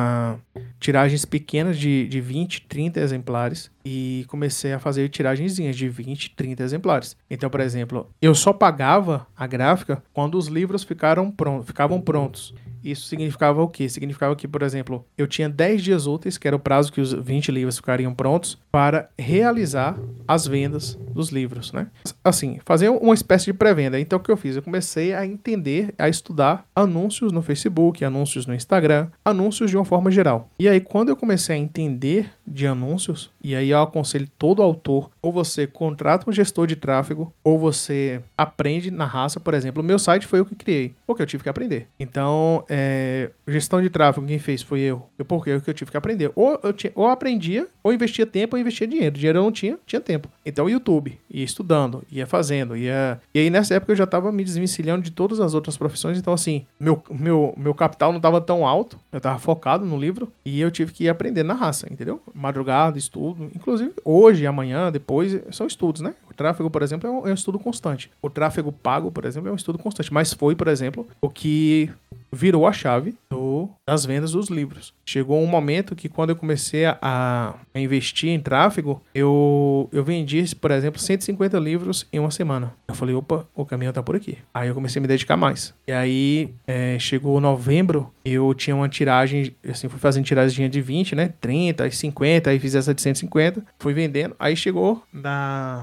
tiragens pequenas de 20, 30 exemplares e comecei a fazer tiragenzinhas de 20, 30 exemplares. Então, por exemplo, eu só pagava a gráfica quando os livros ficavam prontos. Isso significava o quê? Significava que, por exemplo, eu tinha 10 dias úteis, que era o prazo que os 20 livros ficariam prontos, para realizar as vendas dos livros, né? Assim, fazer uma espécie de pré-venda. Então, o que eu fiz? Eu comecei a entender, a estudar anúncios no Facebook, anúncios no Instagram, anúncios de uma forma geral. E aí, quando eu comecei a entender de anúncios, e aí eu aconselho todo autor, ou você contrata um gestor de tráfego, ou você aprende na raça. Por exemplo, o meu site foi eu que criei, porque eu tive que aprender. Então, gestão de tráfego, quem fez foi eu. Porque eu tive que aprender. Ou aprendia, ou investia tempo, ou investia dinheiro. Dinheiro eu não tinha tempo. Então, o YouTube, ia estudando, ia fazendo, E aí, nessa época, eu já estava me desvencilhando de todas as outras profissões. Então, assim, meu capital não estava tão alto. Eu estava focado no livro. E eu tive que ir aprender na raça, entendeu? Madrugada, estudo. Inclusive, hoje, amanhã, depois, são estudos, né? O tráfego, por exemplo, é um estudo constante. O tráfego pago, por exemplo, é um estudo constante. Mas foi, por exemplo, o que virou a chave das vendas dos livros. Chegou um momento que, quando eu comecei a investir em tráfego, eu vendi, por exemplo, 150 livros em uma semana. Eu falei, opa, o caminho tá por aqui. Aí eu comecei a me dedicar mais. E aí, chegou novembro, eu tinha uma tiragem, assim, fui fazendo tiragem de 20, né? 30, 50, aí fiz essa de 150, fui vendendo. Aí chegou dia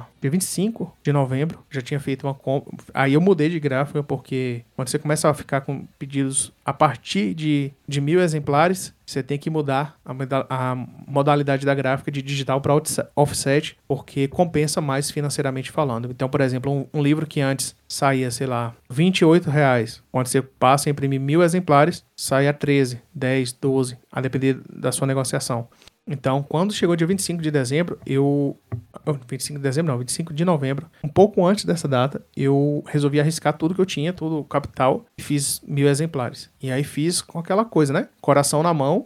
25 de novembro, já tinha feito uma compra. Aí eu mudei de gráfica, porque quando você começa a ficar com pedidos a partir de 1.000 exemplares, você tem que mudar a modalidade da gráfica de digital para offset, porque compensa mais financeiramente falando. Então, por exemplo, um livro que antes saía, sei lá, R$28, quando você passa a imprimir 1.000 exemplares, sai a 13, 10, 12, a depender da sua negociação. Então, quando chegou dia 25 de dezembro, 25 de novembro, um pouco antes dessa data, eu resolvi arriscar tudo que eu tinha, todo o capital, e fiz 1.000 exemplares. E aí fiz com aquela coisa, né? Coração na mão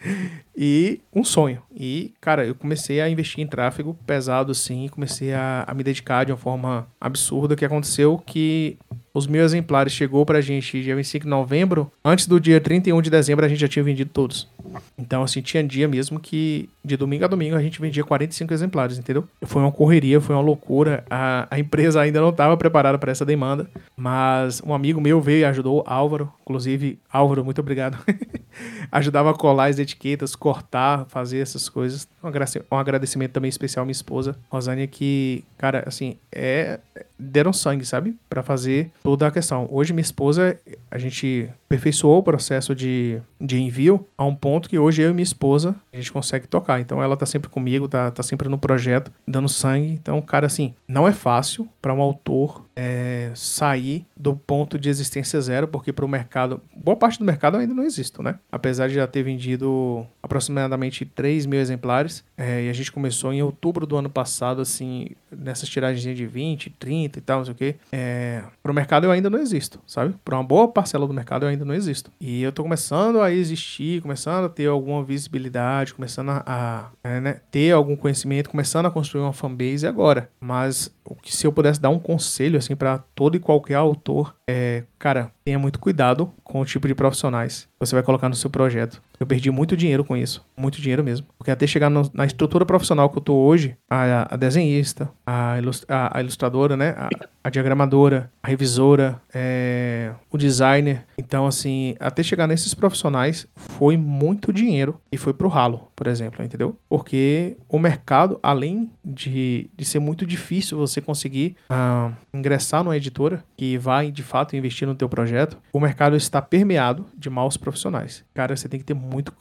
e um sonho. E, cara, eu comecei a investir em tráfego pesado, assim, comecei a me dedicar de uma forma absurda. O que aconteceu que os 1.000 exemplares chegou pra gente dia 25 de novembro, antes do dia 31 de dezembro a gente já tinha vendido todos. Então, assim, tinha dia mesmo que de domingo a domingo a gente vendia 45 exemplares, entendeu? Foi uma correria, foi uma loucura. A empresa ainda não estava preparada para essa demanda, mas um amigo meu veio e ajudou, Álvaro. Inclusive, Álvaro, muito obrigado. Ajudava a colar as etiquetas, cortar, fazer essas coisas. Um agradecimento também especial à minha esposa, Rosânia, que, cara, assim, deram sangue, sabe? Pra fazer toda a questão. Hoje, minha esposa, a gente aperfeiçoou o processo de envio a um ponto que hoje eu e minha esposa, a gente consegue tocar. Então, ela tá sempre comigo, tá sempre no projeto, dando sangue. Então, cara, assim, não é fácil para um autor sair do ponto de existência zero, porque para o mercado, boa parte do mercado eu ainda não existo, né? Apesar de já ter vendido aproximadamente 3.000 exemplares, e a gente começou em outubro do ano passado, assim, nessas tiragens de 20, 30 e tal, não sei o quê. Para o mercado eu ainda não existo, sabe? Para uma boa parcela do mercado eu ainda não existo. E eu tô começando a existir, começando a ter alguma visibilidade, começando a ter algum conhecimento, começando a construir uma fanbase agora. Mas se eu pudesse dar um conselho, assim, para todo e qualquer autor, cara, tenha muito cuidado com o tipo de profissionais que você vai colocar no seu projeto. Eu perdi muito dinheiro com isso, muito dinheiro mesmo. Porque até chegar na estrutura profissional que eu tô hoje, a desenhista, a ilustradora, né, a diagramadora, a revisora, o designer. Então, assim, até chegar nesses profissionais foi muito dinheiro e foi pro ralo, por exemplo, entendeu? Porque o mercado, além de ser muito difícil você conseguir ingressar numa editora que vai, de fato, investir no teu projeto, o mercado está permeado de maus profissionais. Cara, você tem que ter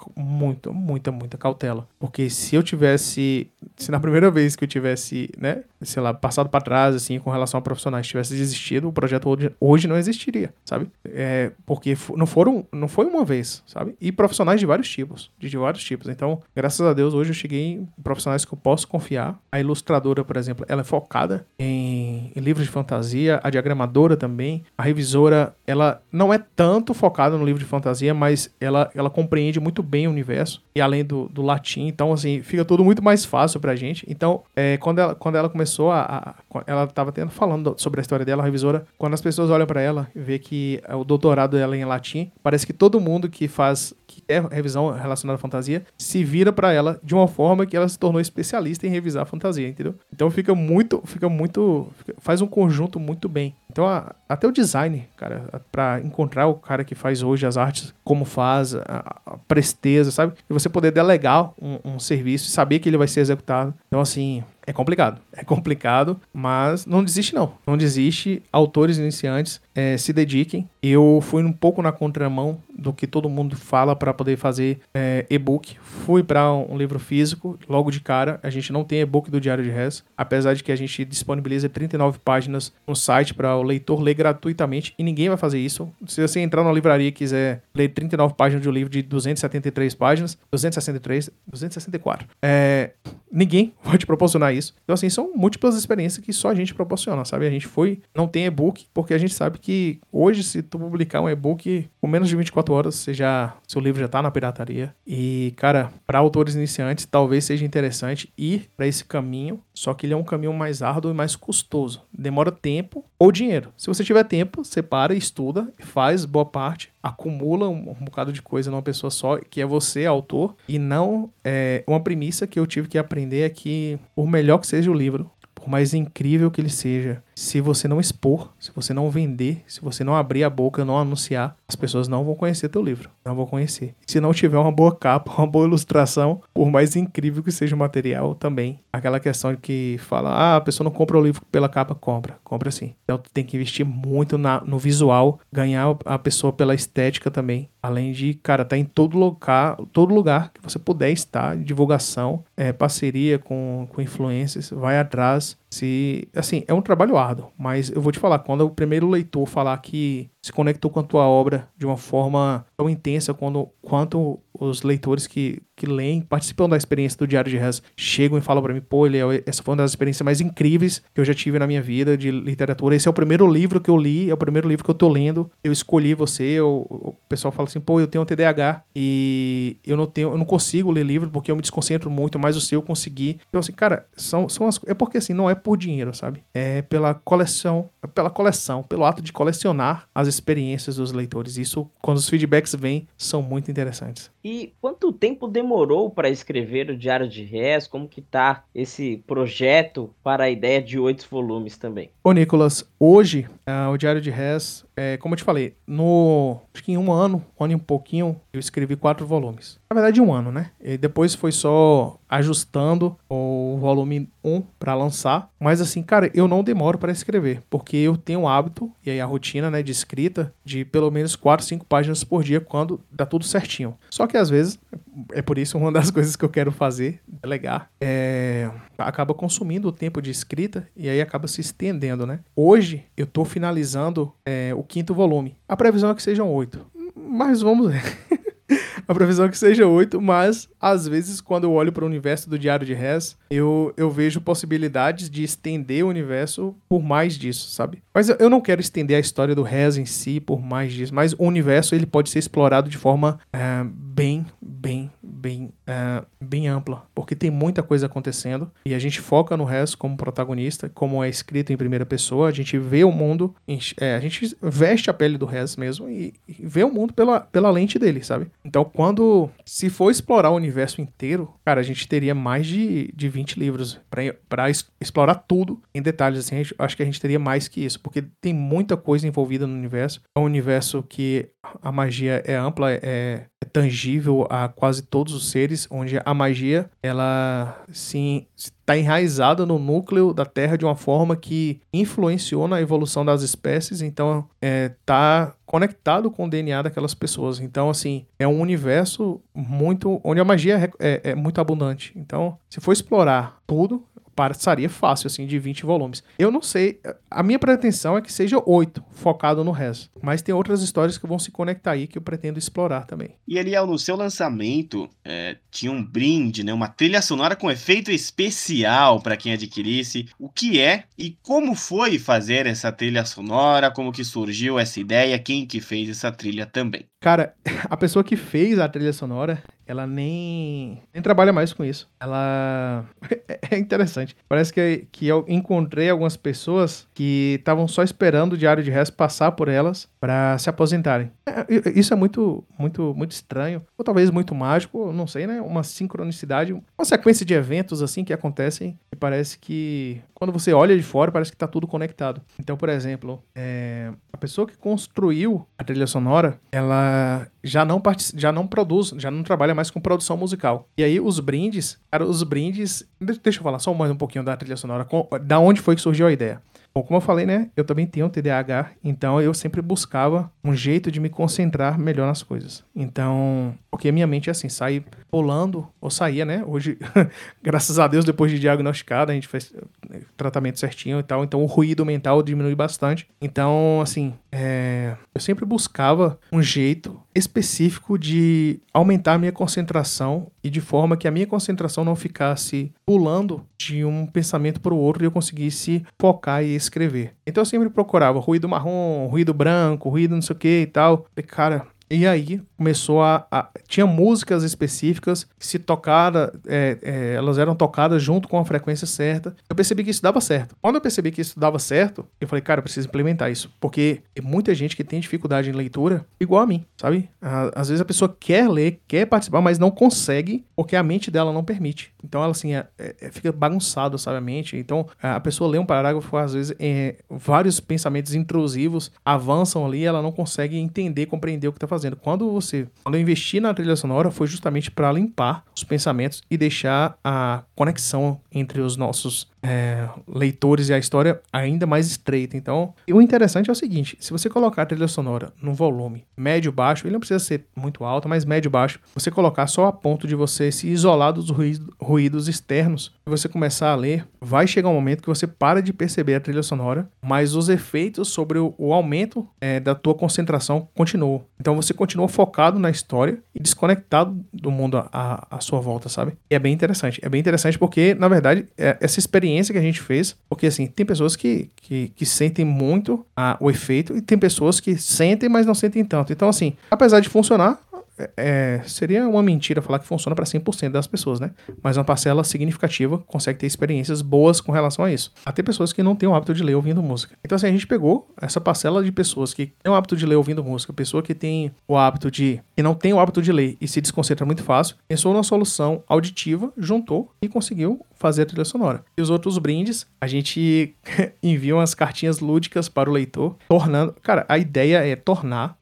muita cautela. Porque se na primeira vez que eu tivesse, né, sei lá, passado para trás, assim, com relação a profissionais, tivesse desistido, o projeto hoje não existiria, sabe? Porque não foi uma vez, sabe? E profissionais de vários tipos, Então, graças a Deus, hoje eu cheguei em profissionais que eu posso confiar. A ilustradora, por exemplo, ela é focada em livros de fantasia, a diagramadora também. A revisora, ela não é tanto focada no livro de fantasia, mas ela compreende muito bem o universo, e além do latim, então, assim, fica tudo muito mais fácil pra gente. Então, quando ela começou ela tava falando sobre a história dela, a revisora, quando as pessoas olham pra ela e vê que o doutorado dela é em latim, parece que todo mundo que é revisão relacionada à fantasia, se vira pra ela de uma forma que ela se tornou especialista em revisar a fantasia, entendeu? Então faz um conjunto muito bem. Então, até o design, cara, pra encontrar o cara que faz hoje as artes, como faz, a presteza, sabe? E você poder delegar um serviço e saber que ele vai ser executado. Então, assim, é complicado, mas não desiste não. Não desiste, autores iniciantes, se dediquem. Eu fui um pouco na contramão do que todo mundo fala para poder fazer e-book. Fui para um livro físico, logo de cara. A gente não tem e-book do Diário de Res, apesar de que a gente disponibiliza 39 páginas no site para o leitor ler gratuitamente, e ninguém vai fazer isso. Se você entrar na livraria e quiser ler 39 páginas de um livro de 273 páginas, 264, ninguém vai te proporcionar isso. Então, assim, são múltiplas experiências que só a gente proporciona, sabe? A gente não tem e-book, porque a gente sabe que hoje, se tu publicar um e-book com menos de 24 horas, seu livro já tá na pirataria. E, cara, para autores iniciantes, talvez seja interessante ir para esse caminho, só que ele é um caminho mais árduo e mais custoso. Demora tempo ou dinheiro. Se você tiver tempo, você para, estuda, faz boa parte, acumula um bocado de coisa numa pessoa só, que é você, autor, e não uma premissa que eu tive que aprender é que, por melhor que seja o livro, por mais incrível que ele seja, se você não expor, se você não vender, se você não abrir a boca, não anunciar, as pessoas não vão conhecer teu livro, não vão conhecer. Se não tiver uma boa capa, uma boa ilustração, por mais incrível que seja o material também, aquela questão de que fala, a pessoa não compra o livro pela capa, compra sim. Então tu tem que investir muito no visual, ganhar a pessoa pela estética também, além de, cara, tá em todo lugar que você puder estar, divulgação, parceria com influencers, vai atrás. Assim, é um trabalho árduo, mas eu vou te falar, quando o primeiro leitor falar que se conectou com a tua obra de uma forma tão intensa quanto os leitores que leem, participam da experiência do Diário de Rez, chegam e falam pra mim, pô, essa foi uma das experiências mais incríveis que eu já tive na minha vida de literatura, esse é o primeiro livro que eu li, é o primeiro livro que eu tô lendo, eu escolhi você, o pessoal fala assim, pô, eu tenho um TDAH e eu não consigo ler livro porque eu me desconcentro muito, mas o seu eu consegui. Então assim, cara, é porque assim, não é por dinheiro, sabe? É pela coleção, pelo ato de colecionar as experiências dos leitores. Isso, quando os feedbacks vêm, são muito interessantes. E quanto tempo demorou para escrever o Diário de Rez? Como que tá esse projeto para a ideia de 8 volumes também? Ô, Nicolas, hoje, o Diário de Rez, como eu te falei, acho que em um ano e um pouquinho, eu escrevi 4 volumes. Na verdade, um ano, né? E depois foi só ajustando o volume 1 para lançar. Mas assim, cara, eu não demoro para escrever, porque eu tenho o hábito, e aí a rotina, né, de escrita, de pelo menos 4, 5 páginas por dia, quando dá tudo certinho. Só que às vezes, é por isso uma das coisas que eu quero fazer, delegar, acaba consumindo o tempo de escrita e aí acaba se estendendo, né? Hoje, eu tô finalizando o 5º volume. A previsão é que sejam 8. Mas vamos ver. A previsão é que seja 8, mas às vezes quando eu olho para o universo do Diário de Rez, eu vejo possibilidades de estender o universo por mais disso, sabe? Mas eu não quero estender a história do Rez em si por mais disso, mas o universo ele pode ser explorado de forma bem ampla, porque tem muita coisa acontecendo e a gente foca no Rez como protagonista, como é escrito em primeira pessoa, a gente vê o mundo, a gente veste a pele do Rez mesmo e vê o mundo pela lente dele, sabe? Então, se for explorar o universo inteiro, cara, a gente teria mais de 20 livros para explorar tudo em detalhes, assim, acho que a gente teria mais que isso, porque tem muita coisa envolvida no universo, é um universo que a magia é ampla, é tangível a quase todos os seres, onde a magia, ela sim está enraizada no núcleo da Terra de uma forma que influenciou na evolução das espécies, então está conectado com o DNA daquelas pessoas. Então, assim, é um universo onde a magia é muito abundante. Então, se for explorar tudo, passaria fácil, assim, de 20 volumes. Eu não sei, a minha pretensão é que seja 8, focado no Rez. Mas tem outras histórias que vão se conectar aí que eu pretendo explorar também. E Eliel, no seu lançamento, tinha um brinde, né, uma trilha sonora com efeito especial para quem adquirisse. O que é e como foi fazer essa trilha sonora? Como que surgiu essa ideia? Quem que fez essa trilha também? Cara, a pessoa que fez a trilha sonora, ela nem trabalha mais com isso. Ela... É interessante. Parece que eu encontrei algumas pessoas que estavam só esperando o Diário de Rez passar por elas para se aposentarem. Isso é muito, muito, muito estranho. Ou talvez muito mágico, não sei, né? Uma sincronicidade, uma sequência de eventos assim que acontecem e parece que quando você olha de fora, parece que tá tudo conectado. Então, por exemplo, a pessoa que construiu a trilha sonora, ela já não produz, já não trabalha mais com produção musical. E aí os brindes, deixa eu falar só mais um pouquinho da trilha sonora, da onde foi que surgiu a ideia. Bom, como eu falei, né, eu também tenho TDAH, então eu sempre buscava um jeito de me concentrar melhor nas coisas. Então, porque a minha mente é assim, sai pulando, ou saía, né, hoje, graças a Deus, depois de diagnosticado, a gente fez tratamento certinho e tal, então o ruído mental diminui bastante. Então, assim, eu sempre buscava um jeito específico de aumentar a minha concentração e de forma que a minha concentração não ficasse pulando de um pensamento para o outro e eu conseguisse focar e escrever. Então eu sempre procurava ruído marrom, ruído branco, ruído não sei o que e tal. E, cara, E aí começou tinha músicas específicas que se tocada, elas eram tocadas junto com a frequência certa. Eu percebi que isso dava certo. Quando eu percebi que isso dava certo, eu falei, cara, eu preciso implementar isso. Porque tem muita gente que tem dificuldade em leitura igual a mim, sabe? Às vezes a pessoa quer ler, quer participar, mas não consegue porque a mente dela não permite. Então ela assim, fica bagunçado, sabe, a mente. Então a pessoa lê um parágrafo, às vezes vários pensamentos intrusivos avançam ali, ela não consegue entender, compreender o que está fazendo. Quando eu investi na trilha sonora, foi justamente para limpar os pensamentos e deixar a conexão entre os nossos leitores e a história ainda mais estreita. Então, o interessante é o seguinte, se você colocar a trilha sonora no volume médio-baixo, ele não precisa ser muito alto, mas médio-baixo, você colocar só a ponto de você se isolar dos ruídos externos, e você começar a ler, vai chegar um momento que você para de perceber a trilha sonora, mas os efeitos sobre o aumento da tua concentração continuam. Então, você continua focado na história e desconectado do mundo à sua volta, sabe? E é bem interessante. É bem interessante porque, na verdade, essa experiência que a gente fez, porque assim, tem pessoas que sentem muito o efeito e tem pessoas que sentem, mas não sentem tanto. Então, assim, apesar de funcionar, seria uma mentira falar que funciona para 100% das pessoas, né? Mas uma parcela significativa consegue ter experiências boas com relação a isso. Até pessoas que não têm o hábito de ler ouvindo música. Então, assim, a gente pegou essa parcela de pessoas que têm o hábito de ler ouvindo música, pessoa que tem o hábito que não tem o hábito de ler e se desconcentra muito fácil, pensou numa solução auditiva, juntou e conseguiu fazer a trilha sonora. E os outros brindes, a gente envia umas cartinhas lúdicas para o leitor, tornando... Cara, a ideia é tornar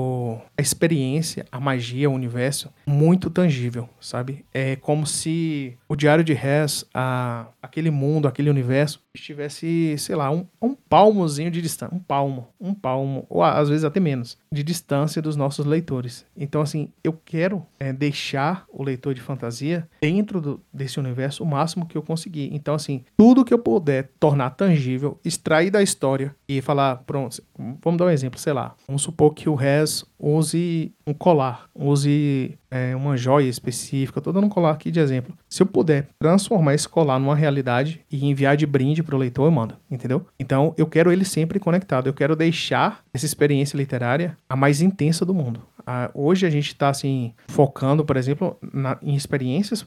a experiência, a magia, o universo, muito tangível, sabe? É como se o Diário de Hess, aquele mundo, aquele universo, estivesse, sei lá, um palmozinho de distância, um palmo, ou às vezes até menos, de distância dos nossos leitores. Então, assim, eu quero deixar o leitor de fantasia dentro desse universo o máximo que eu conseguir. Então, assim, tudo que eu puder tornar tangível, extrair da história e falar, pronto, vamos dar um exemplo, sei lá, vamos supor que o Hess use um colar, use uma joia específica, tô dando um colar aqui de exemplo. Se eu puder transformar esse colar numa realidade e enviar de brinde pro leitor, eu mando, entendeu? Então, eu quero ele sempre conectado, eu quero deixar essa experiência literária a mais intensa do mundo. Hoje a gente está assim, focando, por exemplo, em experiências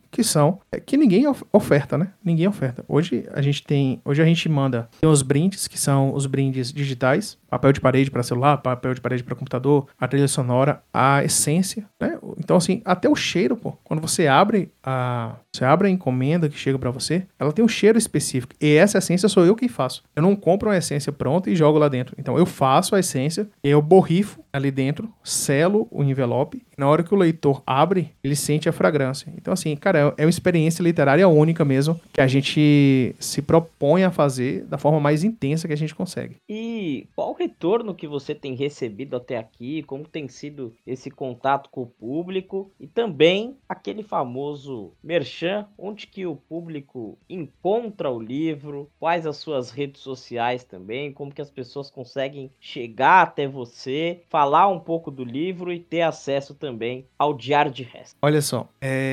que ninguém oferta, né? Ninguém oferta. Hoje a gente manda os brindes, que são os brindes digitais, papel de parede para celular, papel de parede para computador, a trilha sonora, a essência, né? Então, assim, até o cheiro, pô. Quando você abre a encomenda que chega para você, ela tem um cheiro específico. E essa essência sou eu quem faço. Eu não compro uma essência pronta e jogo lá dentro. Então, eu faço a essência, e eu borrifo ali dentro, selo o envelope. Na hora que o leitor abre, ele sente a fragrância. Então, assim, cara, é uma experiência literária única mesmo, que a gente se propõe a fazer da forma mais intensa que a gente consegue. E qual o retorno que você tem recebido até aqui? Como tem sido esse contato com o público? E também aquele famoso merchan, onde que o público encontra o livro? Quais as suas redes sociais também? Como que as pessoas conseguem chegar até você, falar um pouco do livro e ter acesso também ao Diário de Hess? Olha só,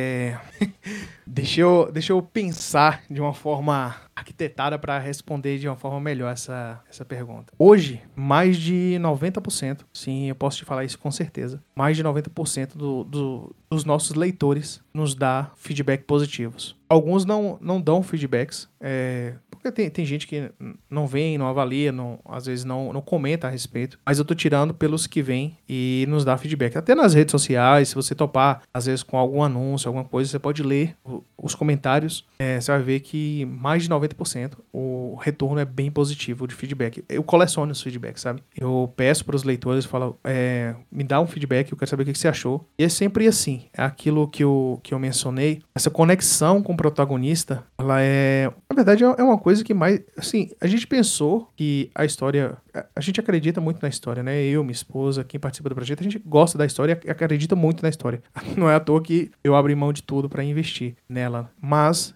deixa eu pensar de uma forma arquitetada para responder de uma forma melhor essa pergunta. Hoje, mais de 90%, sim, eu posso te falar isso com certeza, mais de 90% dos nossos leitores nos dá feedback positivos. Alguns não dão feedbacks, porque tem gente que não vem, não avalia, às vezes não comenta a respeito, mas eu tô tirando pelos que vêm e nos dá feedback. Até nas redes sociais, se você topar, às vezes com algum anúncio, alguma coisa, você pode ler os comentários, você vai ver que mais de 90% o retorno é bem positivo de feedback. Eu coleciono os feedbacks, sabe? Eu peço para os leitores, falo, me dá um feedback, eu quero saber o que você achou. E é sempre assim, é aquilo que eu mencionei, essa conexão com o protagonista, ela na verdade é uma coisa que mais, assim, a gente pensou que a história, a gente acredita muito na história, né? Eu, minha esposa, quem participa do projeto, a gente gosta da história e acredita muito na história. Não é à toa que eu abri mão de tudo para investir nela. Mas,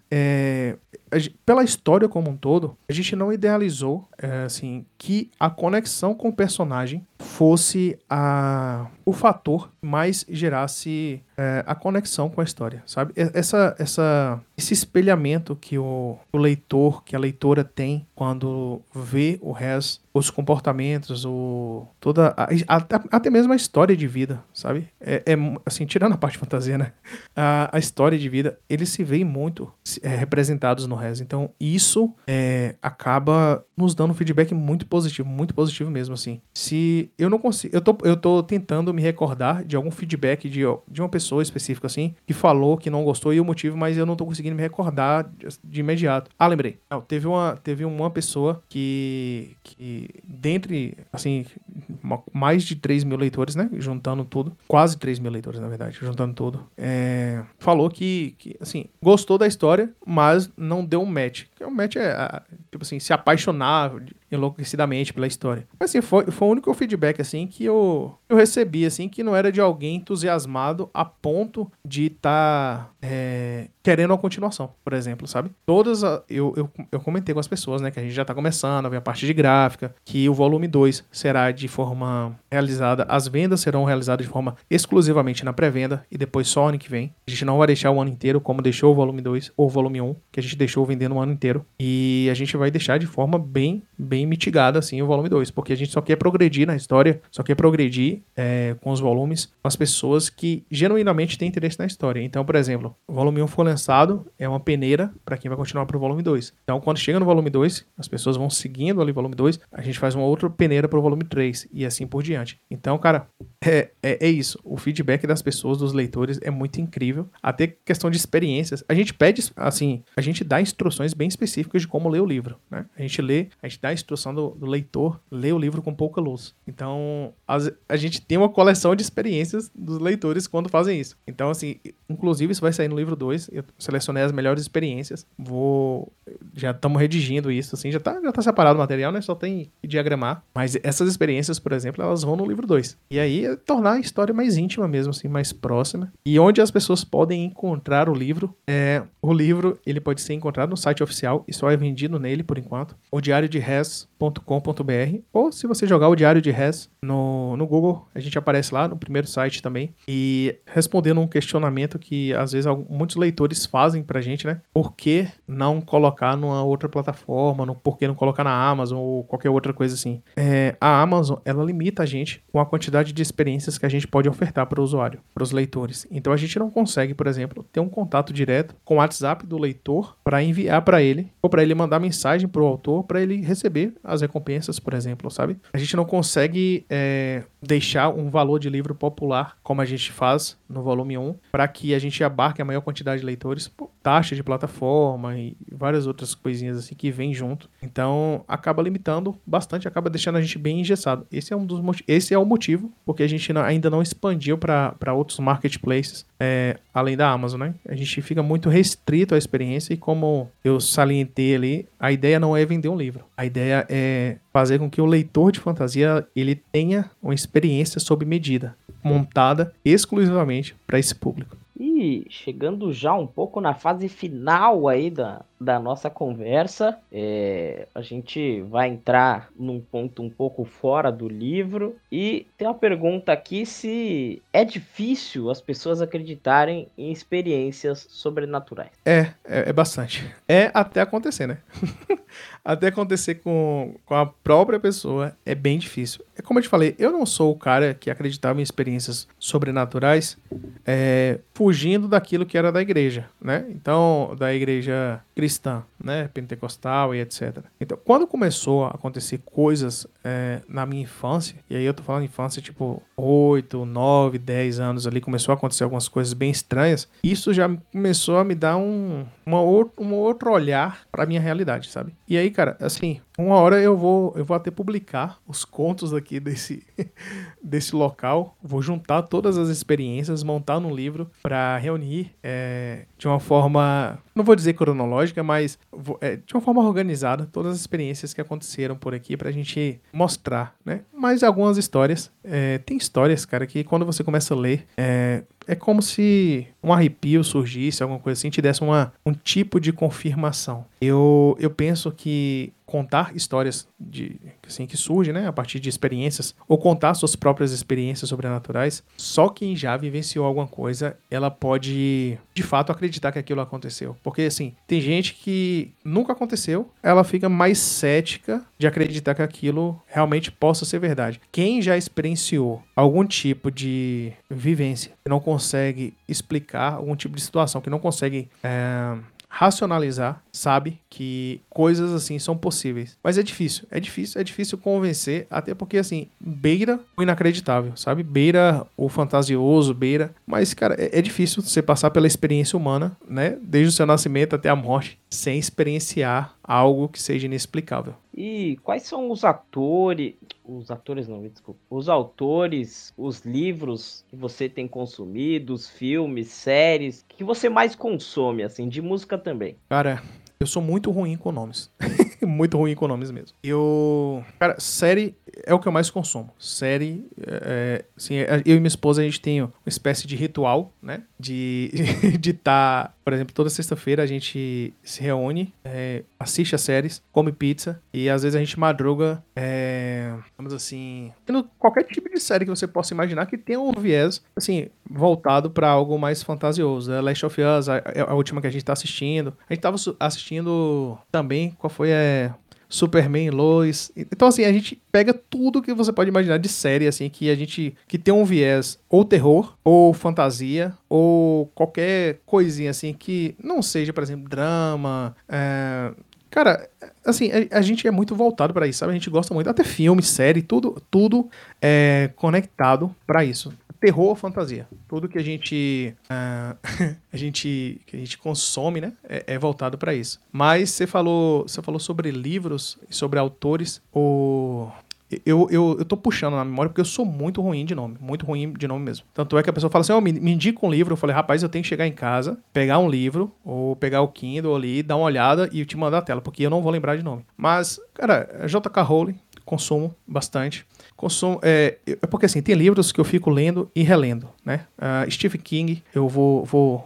pela história como um todo, a gente não idealizou, assim, que a conexão com o personagem fosse o fator que mais gerasse a conexão com a história, sabe? Esse espelhamento que o leitor, que a leitora tem quando vê o Rez, os comportamentos, até mesmo a história de vida, sabe? Assim, tirando a parte de fantasia, né? A história de vida, eles se veem muito representados no Rez. Então, isso acaba nos dando um feedback muito positivo mesmo, assim. Se eu não consigo... Eu tô tentando me recordar de algum feedback de uma pessoa específica, assim, que falou que não gostou e o motivo, mas eu não tô conseguindo me recordar de imediato. Ah, lembrei. Não, teve uma pessoa que dentre, assim, mais de 3 mil leitores, né? Juntando tudo. Quase 3 mil leitores, na verdade, juntando tudo. Falou que, assim, gostou da história, mas não deu um match. Porque um match tipo assim, se apaixonar enlouquecidamente pela história. Mas, assim, foi o único feedback, assim, que eu recebi, assim, que não era de alguém entusiasmado a ponto de estar querendo uma continuação, por exemplo, sabe? Eu comentei com as pessoas, né, que a gente já tá começando, vem a parte de gráfica, que o volume 2 será de forma realizada, as vendas serão realizadas de forma exclusivamente na pré-venda e depois só ano que vem. A gente não vai deixar o ano inteiro como deixou o volume 2 ou o volume 1, que a gente deixou vendendo o ano inteiro, e a gente vai deixar de forma bem mitigada, assim, o volume 2, porque a gente só quer progredir na história, só quer progredir com os volumes, com as pessoas que genuinamente têm interesse na história. Então, por exemplo, o volume 1 foi lançado, é uma peneira para quem vai continuar pro volume 2. Então, quando chega no volume 2, as pessoas vão seguindo ali o volume 2, a gente faz uma outra peneira pro volume 3 e assim por diante. Então, cara, é isso. O feedback das pessoas, dos leitores, é muito incrível. Até questão de experiências. A gente pede, assim, a gente dá instruções bem específicas de como ler o livro, né? A gente dá a instrução do leitor ler o livro com pouca luz. Então, a gente tem uma coleção de experiências dos leitores quando fazem isso. Então, assim, inclusive isso vai sair no livro 2. Eu selecionei as melhores experiências. Já estamos redigindo isso, assim, já tá separado o material, né? Só tem que diagramar. Mas essas experiências, por exemplo, elas vão no livro 2. E aí é tornar a história mais íntima mesmo, assim, mais próxima. E onde as pessoas podem encontrar o livro. O livro, ele pode ser encontrado no site oficial e só é vendido nele, por enquanto. O diariodерez.com.br, ou se você jogar o Diário de Rez no Google, a gente aparece lá no primeiro site também. E respondendo um questionamento que às vezes muitos leitores fazem pra gente, né? Por que não colocar numa outra plataforma? Por que não colocar na Amazon ou qualquer outra coisa assim? A Amazon, ela limita a gente com a quantidade de experiências que a gente pode ofertar para o usuário, para os leitores. Então a gente não consegue, por exemplo, ter um contato direto com o WhatsApp do leitor para enviar para ele, ou para ele mandar mensagem para o autor para ele receber as recompensas, por exemplo, sabe? A gente não consegue deixar um valor de livro popular, como a gente faz no volume 1, para que a gente abarque a maior quantidade de leitores, taxa de plataforma e várias outras coisinhas assim que vêm junto. Então, acaba limitando bastante, acaba deixando a gente bem engessado. Esse é o motivo, porque a gente ainda não expandiu para outros marketplaces, além da Amazon, né? A gente fica muito restrito à experiência e, como eu salientei ali, a ideia não é vender um livro. A ideia é fazer com que o leitor de fantasia ele tenha uma experiência sob medida, montada exclusivamente para esse público. E chegando já um pouco na fase final aí da nossa conversa, a gente vai entrar num ponto um pouco fora do livro e tem uma pergunta aqui se é difícil as pessoas acreditarem em experiências sobrenaturais. É bastante. Até acontecer, né? Até acontecer com a própria pessoa é bem difícil. É como eu te falei, eu não sou o cara que acreditava em experiências sobrenaturais fugindo daquilo que era da igreja, né? Então, da igreja cristã, né? Pentecostal e etc. Então, quando começou a acontecer coisas na minha infância, e aí eu tô falando infância tipo 8, 9, 10 anos ali, começou a acontecer algumas coisas bem estranhas, isso já começou a me dar um outro olhar pra minha realidade, sabe? E aí, cara, assim, uma hora eu vou até publicar os contos aqui desse local, vou juntar todas as experiências, montar num livro pra reunir de uma forma, não vou dizer cronológica, mas de uma forma organizada, todas as experiências que aconteceram por aqui pra gente mostrar, né? Mas algumas histórias, tem histórias, cara, que quando você começa a ler, é como se um arrepio surgisse, alguma coisa assim, te desse um tipo de confirmação. Eu penso que contar histórias assim, que surgem, né, a partir de experiências, ou contar suas próprias experiências sobrenaturais, só quem já vivenciou alguma coisa, ela pode, de fato, acreditar que aquilo aconteceu. Porque, assim, tem gente que nunca aconteceu, ela fica mais cética de acreditar que aquilo realmente possa ser verdade. Quem já experienciou algum tipo de vivência que não consegue explicar, algum tipo de situação que não consegue racionalizar, sabe que coisas assim são possíveis. Mas é difícil convencer, até porque assim, beira o inacreditável, sabe? Beira o fantasioso, mas cara, é difícil você passar pela experiência humana, né? Desde o seu nascimento até a morte, sem experienciar algo que seja inexplicável. E quais são os autores, os autores, os livros que você tem consumido, os filmes, séries, que você mais consome, assim, de música também? Cara, eu sou muito ruim com nomes. Muito ruim com nomes mesmo. Cara, série é o que eu mais consumo. Série, assim, eu e minha esposa, a gente tem uma espécie de ritual, né? De estar, por exemplo, toda sexta-feira a gente se reúne, assiste as séries, come pizza e às vezes a gente madruga, vamos assim, tendo qualquer tipo de série que você possa imaginar que tenha um viés, assim, voltado pra algo mais fantasioso. Last of Us, a última que a gente tá assistindo. A gente tava assistindo também, qual foi Superman, Lois. Então, assim, a gente pega tudo que você pode imaginar de série, assim, que tem um viés ou terror, ou fantasia, ou qualquer coisinha, assim, que não seja, por exemplo, drama. Cara, assim, a gente é muito voltado pra isso, sabe? A gente gosta muito, até filme, série, tudo é conectado pra isso. Terror ou fantasia. Tudo que a gente consome, né, é voltado para isso. Mas você falou sobre livros e sobre autores. Eu tô puxando na memória porque eu sou muito ruim de nome mesmo. Tanto é que a pessoa fala assim, me indica um livro. Eu falei, rapaz, eu tenho que chegar em casa, pegar um livro, ou pegar o Kindle ali, dar uma olhada e te mandar a tela, porque eu não vou lembrar de nome. Mas, cara, J.K. Rowling, consumo bastante. Porque assim, tem livros que eu fico lendo e relendo, né? Stephen King, eu vou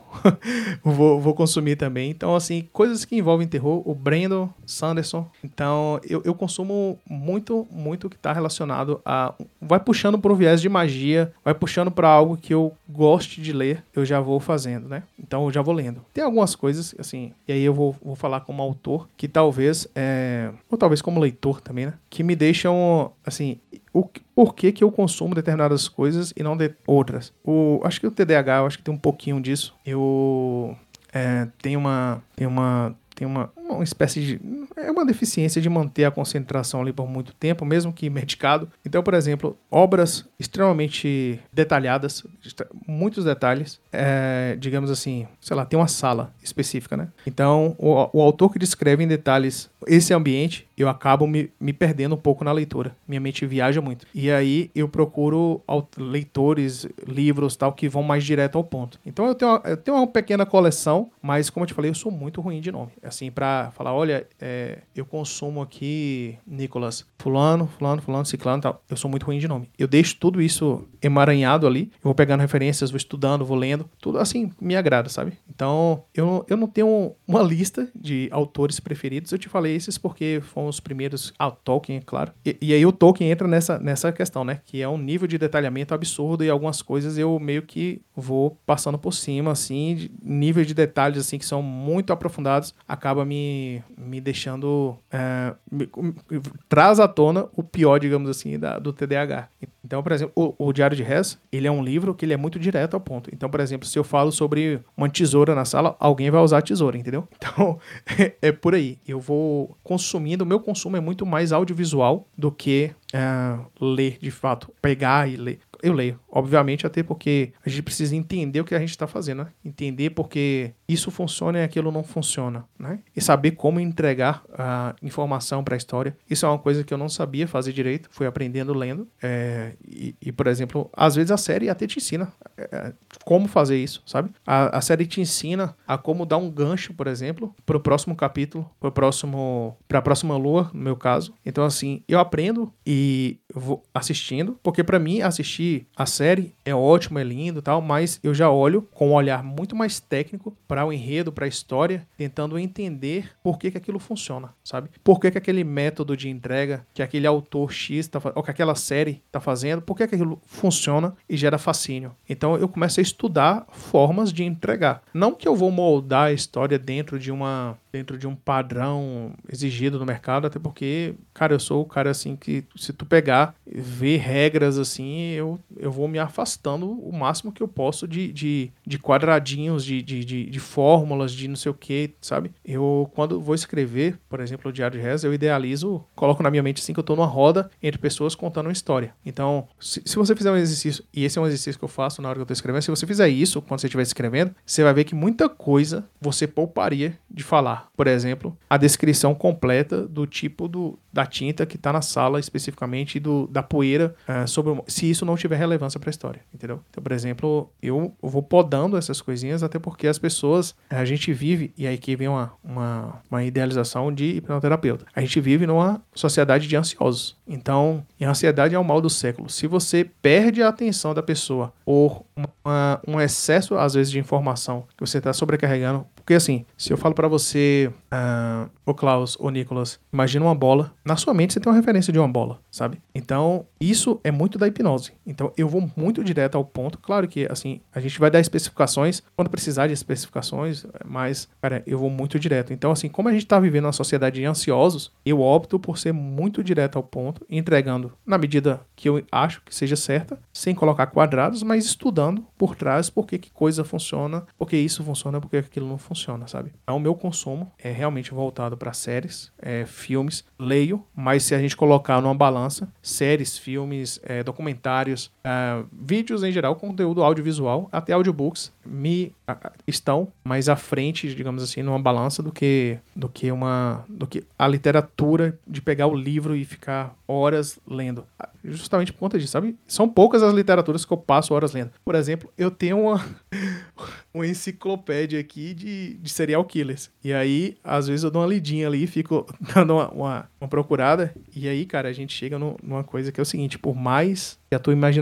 vou consumir também. Então, assim, coisas que envolvem terror, o Brandon Sanderson. Então, eu consumo muito que tá relacionado vai puxando pro viés de magia, vai puxando para algo que eu goste de ler, eu já vou fazendo, né? Então, eu já vou lendo. Tem algumas coisas, assim, e aí eu vou falar como autor, que talvez, ou talvez como leitor também, né? Que me deixam, assim, por que eu consumo determinadas coisas e não de outras. Acho que o TDAH, eu acho que tem um pouquinho disso. Eu tenho uma espécie de... É uma deficiência de manter a concentração ali por muito tempo, mesmo que medicado. Então, por exemplo, obras extremamente detalhadas, muitos detalhes, digamos assim, sei lá, tem uma sala específica, né? Então, o autor que descreve em detalhes esse ambiente, eu acabo me perdendo um pouco na leitura. Minha mente viaja muito. E aí, eu procuro leitores, livros, tal, que vão mais direto ao ponto. Então, eu tenho uma pequena coleção, mas, como eu te falei, eu sou muito ruim de nome. Assim, pra falar, olha, eu consumo aqui, Nicolas, fulano, ciclano e tal. Eu sou muito ruim de nome. Eu deixo tudo isso emaranhado ali, eu vou pegando referências, vou estudando, vou lendo, tudo assim, me agrada, sabe? Então, eu não tenho uma lista de autores preferidos, eu te falei esses porque foram os primeiros, Tolkien, é claro. E aí o Tolkien entra nessa questão, né? Que é um nível de detalhamento absurdo e algumas coisas eu meio que vou passando por cima, assim, níveis de detalhes, assim, que são muito aprofundados, acaba me deixando... traz à tona o pior, digamos assim, do TDAH. Então, por exemplo, o Diário de Hess, ele é um livro que ele é muito direto ao ponto. Então, por exemplo, se eu falo sobre uma tesoura na sala, alguém vai usar a tesoura, entendeu? Então, é por aí. Eu vou consumindo, o meu consumo é muito mais audiovisual do que ler, de fato. Pegar e ler. Eu leio, obviamente, até porque a gente precisa entender o que a gente está fazendo, né? Entender porque isso funciona e aquilo não funciona, né? E saber como entregar a informação para a história. Isso é uma coisa que eu não sabia fazer direito, fui aprendendo lendo. Por exemplo, às vezes a série até te ensina como fazer isso, sabe? A série te ensina a como dar um gancho, por exemplo, para o próximo capítulo, para a próxima lua, no meu caso. Então, assim, eu aprendo e vou assistindo, porque pra mim assistir a série é ótimo, é lindo e tal, mas eu já olho com um olhar muito mais técnico para o enredo, para a história, tentando entender por que aquilo funciona, sabe? Por que aquele método de entrega que aquele autor X ou que aquela série tá fazendo, por que aquilo funciona e gera fascínio. Então eu começo a estudar formas de entregar. Não que eu vou moldar a história dentro de um padrão exigido no mercado, até porque, cara, eu sou o cara assim que se tu pegar, ver regras assim, eu vou me afastando o máximo que eu posso de quadradinhos, de fórmulas, de não sei o que, sabe? Eu, quando vou escrever, por exemplo, o Diário de Reza, eu idealizo, coloco na minha mente assim que eu tô numa roda entre pessoas contando uma história. Então, se você fizer um exercício, e esse é um exercício que eu faço na hora que eu tô escrevendo, se você fizer isso quando você estiver escrevendo, você vai ver que muita coisa você pouparia de falar. Por exemplo, a descrição completa do tipo da tinta que está na sala especificamente e da poeira se isso não tiver relevância para a história, entendeu? Então, por exemplo, eu vou podando essas coisinhas até porque as pessoas, a gente vive, e aí que vem uma idealização de hipnoterapeuta, a gente vive numa sociedade de ansiosos. Então, a ansiedade é o mal do século. Se você perde a atenção da pessoa por um excesso, às vezes, de informação que você está sobrecarregando, porque assim, se eu falo pra você, ô Klaus, ô Nicolas, imagina uma bola, na sua mente você tem uma referência de uma bola, sabe? Então, isso é muito da hipnose. Então, eu vou muito direto ao ponto. Claro que, assim, a gente vai dar especificações quando precisar de especificações, mas, cara, eu vou muito direto. Então, assim, como a gente tá vivendo uma sociedade de ansiosos, eu opto por ser muito direto ao ponto, entregando na medida que eu acho que seja certa, sem colocar quadrados, mas estudando por trás por que coisa funciona, por que isso funciona, por que aquilo não funciona, sabe? Então, o meu consumo é realmente voltado para séries, filmes, leio, mas se a gente colocar numa balança, séries, filmes, documentários, vídeos em geral, conteúdo audiovisual, até audiobooks, estão mais à frente, digamos assim, numa balança do que a literatura de pegar o livro e ficar horas lendo. Justamente por conta disso, sabe? São poucas as literaturas que eu passo horas lendo. Por exemplo, eu tenho uma enciclopédia aqui de serial killers. E aí, às vezes eu dou uma lidinha ali, fico dando uma procurada. E aí, cara, a gente chega numa coisa que é o seguinte, por mais que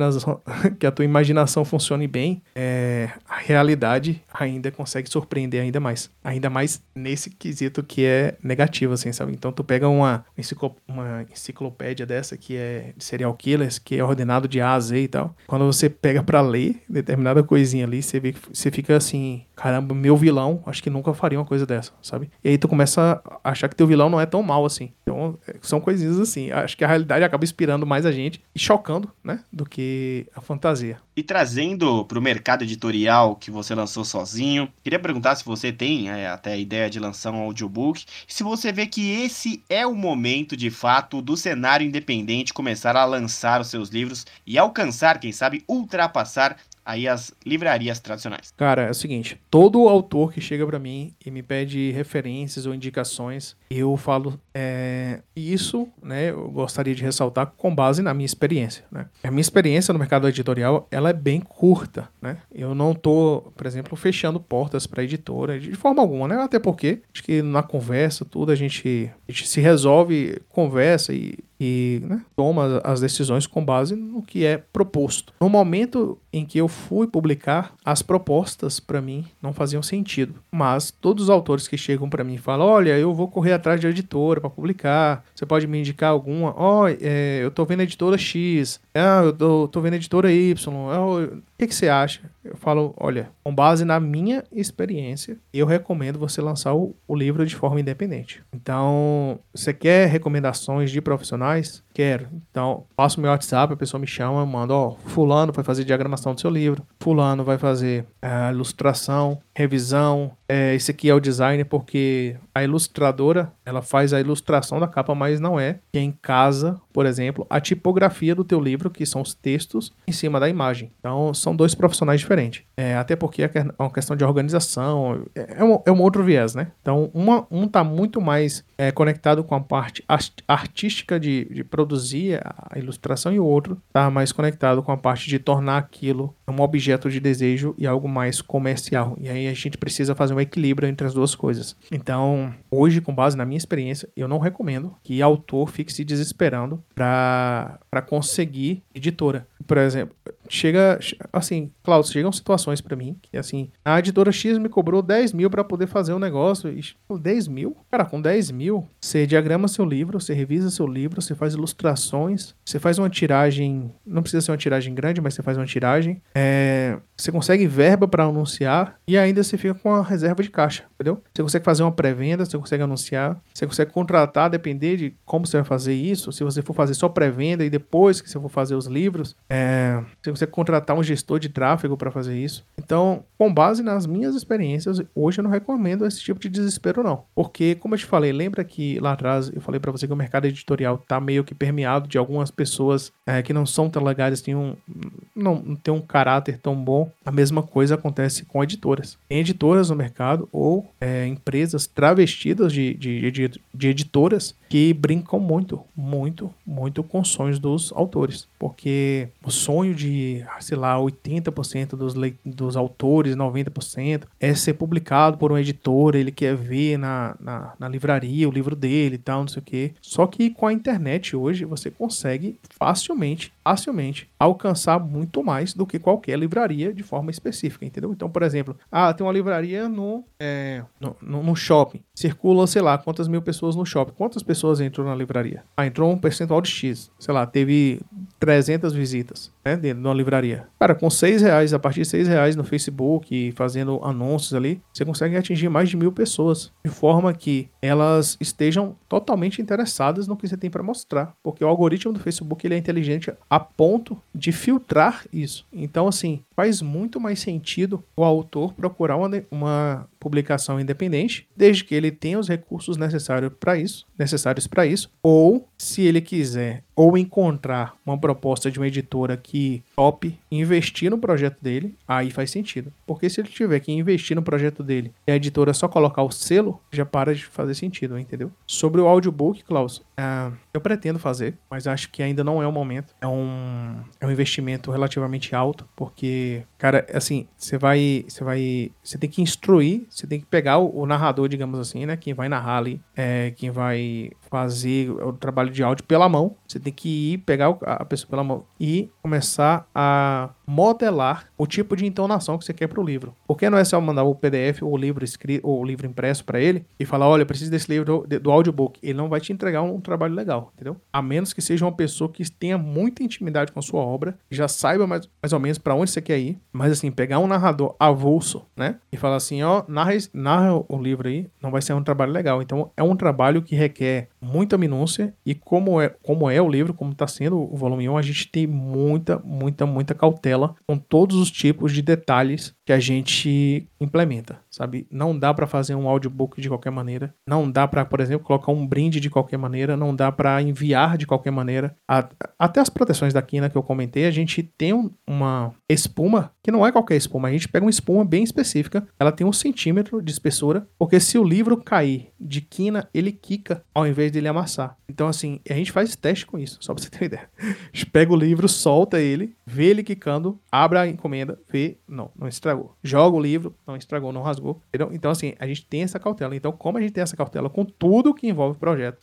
a tua imaginação funcione bem, a realidade ainda consegue surpreender ainda mais. Ainda mais nesse quesito que é negativo, assim, sabe? Então tu pega uma enciclopédia dessa que é de serial killers, que é ordenado de A a Z e tal. Quando você pega pra ler determinada coisinha ali, você fica assim, caramba, meu vilão, acho que nunca faria uma coisa dessa, sabe? E aí tu começa a achar que teu vilão não é tão mal assim. Então, são coisinhas assim. Acho que a realidade acaba inspirando mais a gente e chocando, né? Do que a fantasia. E trazendo para o mercado editorial que você lançou sozinho, queria perguntar se você tem até a ideia de lançar um audiobook, e se você vê que esse é o momento, de fato, do cenário independente começar a lançar os seus livros e alcançar, quem sabe, ultrapassar aí as livrarias tradicionais. Cara, é o seguinte, todo autor que chega pra mim e me pede referências ou indicações, eu falo isso, né, eu gostaria de ressaltar com base na minha experiência, né. A minha experiência no mercado editorial, ela é bem curta, né. Eu não tô, por exemplo, fechando portas pra editora de forma alguma, né, até porque acho que na conversa, tudo a gente se resolve, conversa e né, toma as decisões com base no que é proposto. No momento em que eu fui publicar, as propostas para mim não faziam sentido, mas todos os autores que chegam para mim e falam, olha, eu vou correr atrás de editora para publicar, você pode me indicar alguma? Eu tô vendo a editora X, eu tô vendo a editora Y, o que você acha? Eu falo, olha, com base na minha experiência, eu recomendo você lançar o livro de forma independente. Então, você quer recomendações de profissionais? Quero. Então, passo o meu WhatsApp, a pessoa me chama, manda, fulano vai fazer diagramação do seu livro, fulano vai fazer ilustração, revisão, esse aqui é o design, porque a ilustradora, ela faz a ilustração da capa, mas não é quem casa, por exemplo, a tipografia do teu livro, que são os textos em cima da imagem. Então, são dois profissionais diferentes. Até porque é uma questão de organização, é um outro viés, né? Então, um tá muito mais conectado com a parte artística de produzir a ilustração e o outro tá mais conectado com a parte de tornar aquilo um objeto de desejo e algo mais comercial. E aí a gente precisa fazer um equilíbrio entre as duas coisas. Então, hoje, com base na minha experiência, eu não recomendo que autor fique se desesperando para conseguir editora. Por exemplo, assim, Klaus, chegam situações pra mim que, assim, a editora X me cobrou 10 mil pra poder fazer um negócio. E, 10 mil? Cara, com 10 mil, você diagrama seu livro, você revisa seu livro, você faz ilustrações, você faz uma tiragem, não precisa ser uma tiragem grande, mas você faz uma tiragem, você consegue verba pra anunciar e ainda você fica com a reserva de caixa, entendeu? Você consegue fazer uma pré-venda, você consegue anunciar, você consegue contratar, depender de como você vai fazer isso. Se você for fazer só pré-venda e depois que você for fazer os livros, você consegue contratar um gestor de tráfego para fazer isso. Então, com base nas minhas experiências, hoje eu não recomendo esse tipo de desespero não. Porque, como eu te falei, lembra que lá atrás eu falei para você que o mercado editorial tá meio que permeado de algumas pessoas que não são tão legais, não tem um caráter tão bom. A mesma coisa acontece com editoras. Tem editoras no mercado ou empresas travestidas de editoras que brincam muito com os sonhos dos autores. Porque o sonho de, sei lá, 80% dos autores, 90%, é ser publicado por um editor, ele quer ver na livraria o livro dele e tal, não sei o quê. Só que com a internet hoje você consegue facilmente alcançar muito mais do que qualquer livraria de forma específica, entendeu? Então, por exemplo, tem uma livraria no shopping. Circula, sei lá, quantas mil pessoas no shopping. Quantas pessoas entrou na livraria? Entrou um percentual de X. Sei lá, teve 300 visitas, né, dentro de uma livraria. Cara, com R$6, a partir de R$6 no Facebook, fazendo anúncios ali, você consegue atingir mais de 1.000 pessoas, de forma que elas estejam totalmente interessadas no que você tem para mostrar, porque o algoritmo do Facebook ele é inteligente a ponto de filtrar isso. Então, assim, faz muito mais sentido o autor procurar uma publicação independente, desde que ele tenha os recursos necessários para isso, ou se ele quiser ou encontrar uma proposta de uma editora que tope investir no projeto dele, aí faz sentido. Porque se ele tiver que investir no projeto dele e a editora só colocar o selo, já para de fazer sentido, entendeu? Sobre o audiobook, Klaus, eu pretendo fazer, mas acho que ainda não é o momento. É um investimento relativamente alto, porque, cara, assim, você tem que instruir, você tem que pegar o narrador, digamos assim, né, quem vai narrar ali, quem vai fazer o trabalho de áudio pela mão, você tem que pegar a pessoa pela mão e começar a modelar o tipo de entonação que você quer para o livro. Porque não é só mandar o PDF ou o livro escrito ou o livro impresso para ele e falar, olha, eu preciso desse livro do audiobook. Ele não vai te entregar um trabalho legal, entendeu? A menos que seja uma pessoa que tenha muita intimidade com a sua obra, já saiba mais ou menos para onde você quer ir, mas assim, pegar um narrador avulso, né? E falar assim, narra o livro aí, não vai ser um trabalho legal. Então é um trabalho que requer muita minúcia e como é o livro, como está sendo o volume 1, a gente tem muita cautela com todos os tipos de detalhes que a gente implementa, sabe? Não dá para fazer um audiobook de qualquer maneira, não dá para, por exemplo, colocar um brinde de qualquer maneira, não dá para enviar de qualquer maneira. Até as proteções da quina que eu comentei, a gente tem uma espuma, que não é qualquer espuma, a gente pega uma espuma bem específica, ela tem 1 centímetro de espessura, porque se o livro cair de quina, ele quica ao invés dele amassar. Então, assim, a gente faz teste com isso, só pra você ter uma ideia. A gente pega o livro, solta ele, vê ele quicando, abre a encomenda, vê, não estragou. Joga o livro, não estragou, não rasgou, entendeu? Então, assim, a gente tem essa cautela. Então, como a gente tem essa cautela com tudo que envolve o projeto,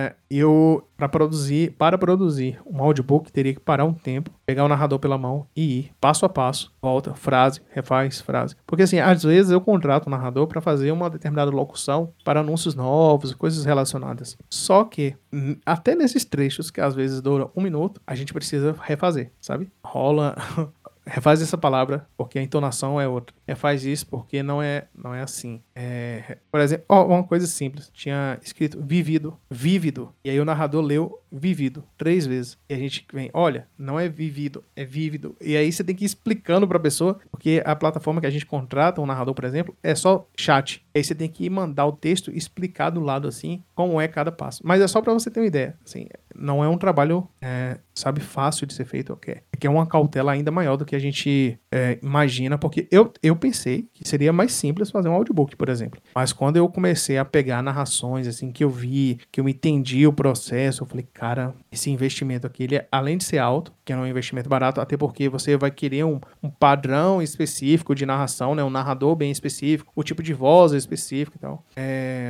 para produzir um audiobook, teria que parar um tempo, pegar o narrador pela mão e ir passo a passo, volta, frase, refaz, frase. Porque, assim, às vezes eu contrato um narrador para fazer uma determinada locução para anúncios novos, coisas relacionadas. Só que, até nesses trechos, que às vezes duram 1 minuto, a gente precisa refazer, sabe? Refaz essa palavra, porque a entonação é outra. Refaz isso, porque não é assim. Por exemplo, uma coisa simples. Tinha escrito vívido. E aí o narrador leu vívido 3 vezes. E a gente vem, olha, não é vivido, é vívido. E aí você tem que ir explicando pra pessoa, porque a plataforma que a gente contrata, um narrador, por exemplo, é só chat. Aí você tem que ir mandar o texto e explicar do lado, assim, como é cada passo. Mas é só pra você ter uma ideia. Assim, não é um trabalho, fácil de ser feito, ok? É que é uma cautela ainda maior do que a gente imagina, porque eu pensei que seria mais simples fazer um audiobook, por exemplo. Mas quando eu comecei a pegar narrações, assim, que eu vi, que eu entendi o processo, eu falei, cara, esse investimento aqui, ele, além de ser alto, que não é um investimento barato, até porque você vai querer um padrão específico de narração, né? Um narrador bem específico, o tipo de voz específico e tal.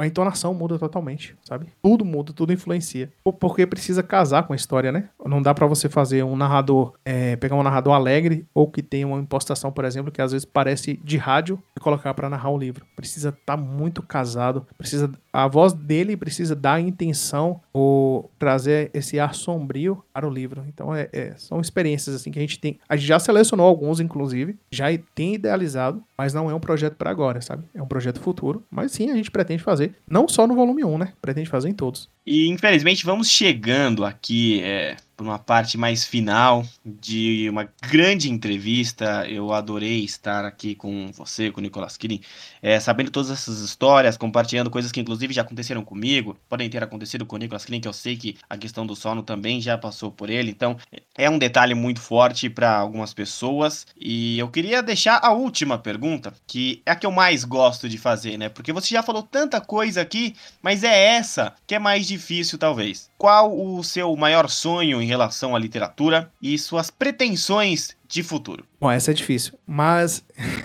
a entonação muda totalmente, sabe? Tudo muda, tudo influencia. Porque precisa casar com a história, né? Não dá pra você fazer um narrador, pegar um narrador alegre ou que tem uma impostação, por exemplo, que às vezes parece de rádio e colocar pra narrar o livro. Precisa estar muito casado, a voz dele precisa dar a intenção ou trazer esse ar sombrio para o livro. Então são experiências assim que a gente já selecionou alguns, inclusive, já tem idealizado, mas não é um projeto para agora, sabe? É um projeto futuro, mas sim, a gente pretende fazer, não só no volume 1, né? Pretende fazer em todos. E infelizmente vamos chegando aqui por uma parte mais final de uma grande entrevista. Eu adorei estar aqui com você, com o Nicolas Killing, sabendo todas essas histórias, compartilhando coisas que inclusive já aconteceram comigo, podem ter acontecido com o Nicolas Killing, que eu sei que a questão do sono também já passou por ele, então é um detalhe muito forte para algumas pessoas. E eu queria deixar a última pergunta, que é a que eu mais gosto de fazer, né? Porque você já falou tanta coisa aqui, mas é essa que é mais difícil, talvez. Qual o seu maior sonho em relação à literatura e suas pretensões de futuro? Bom, essa é difícil, mas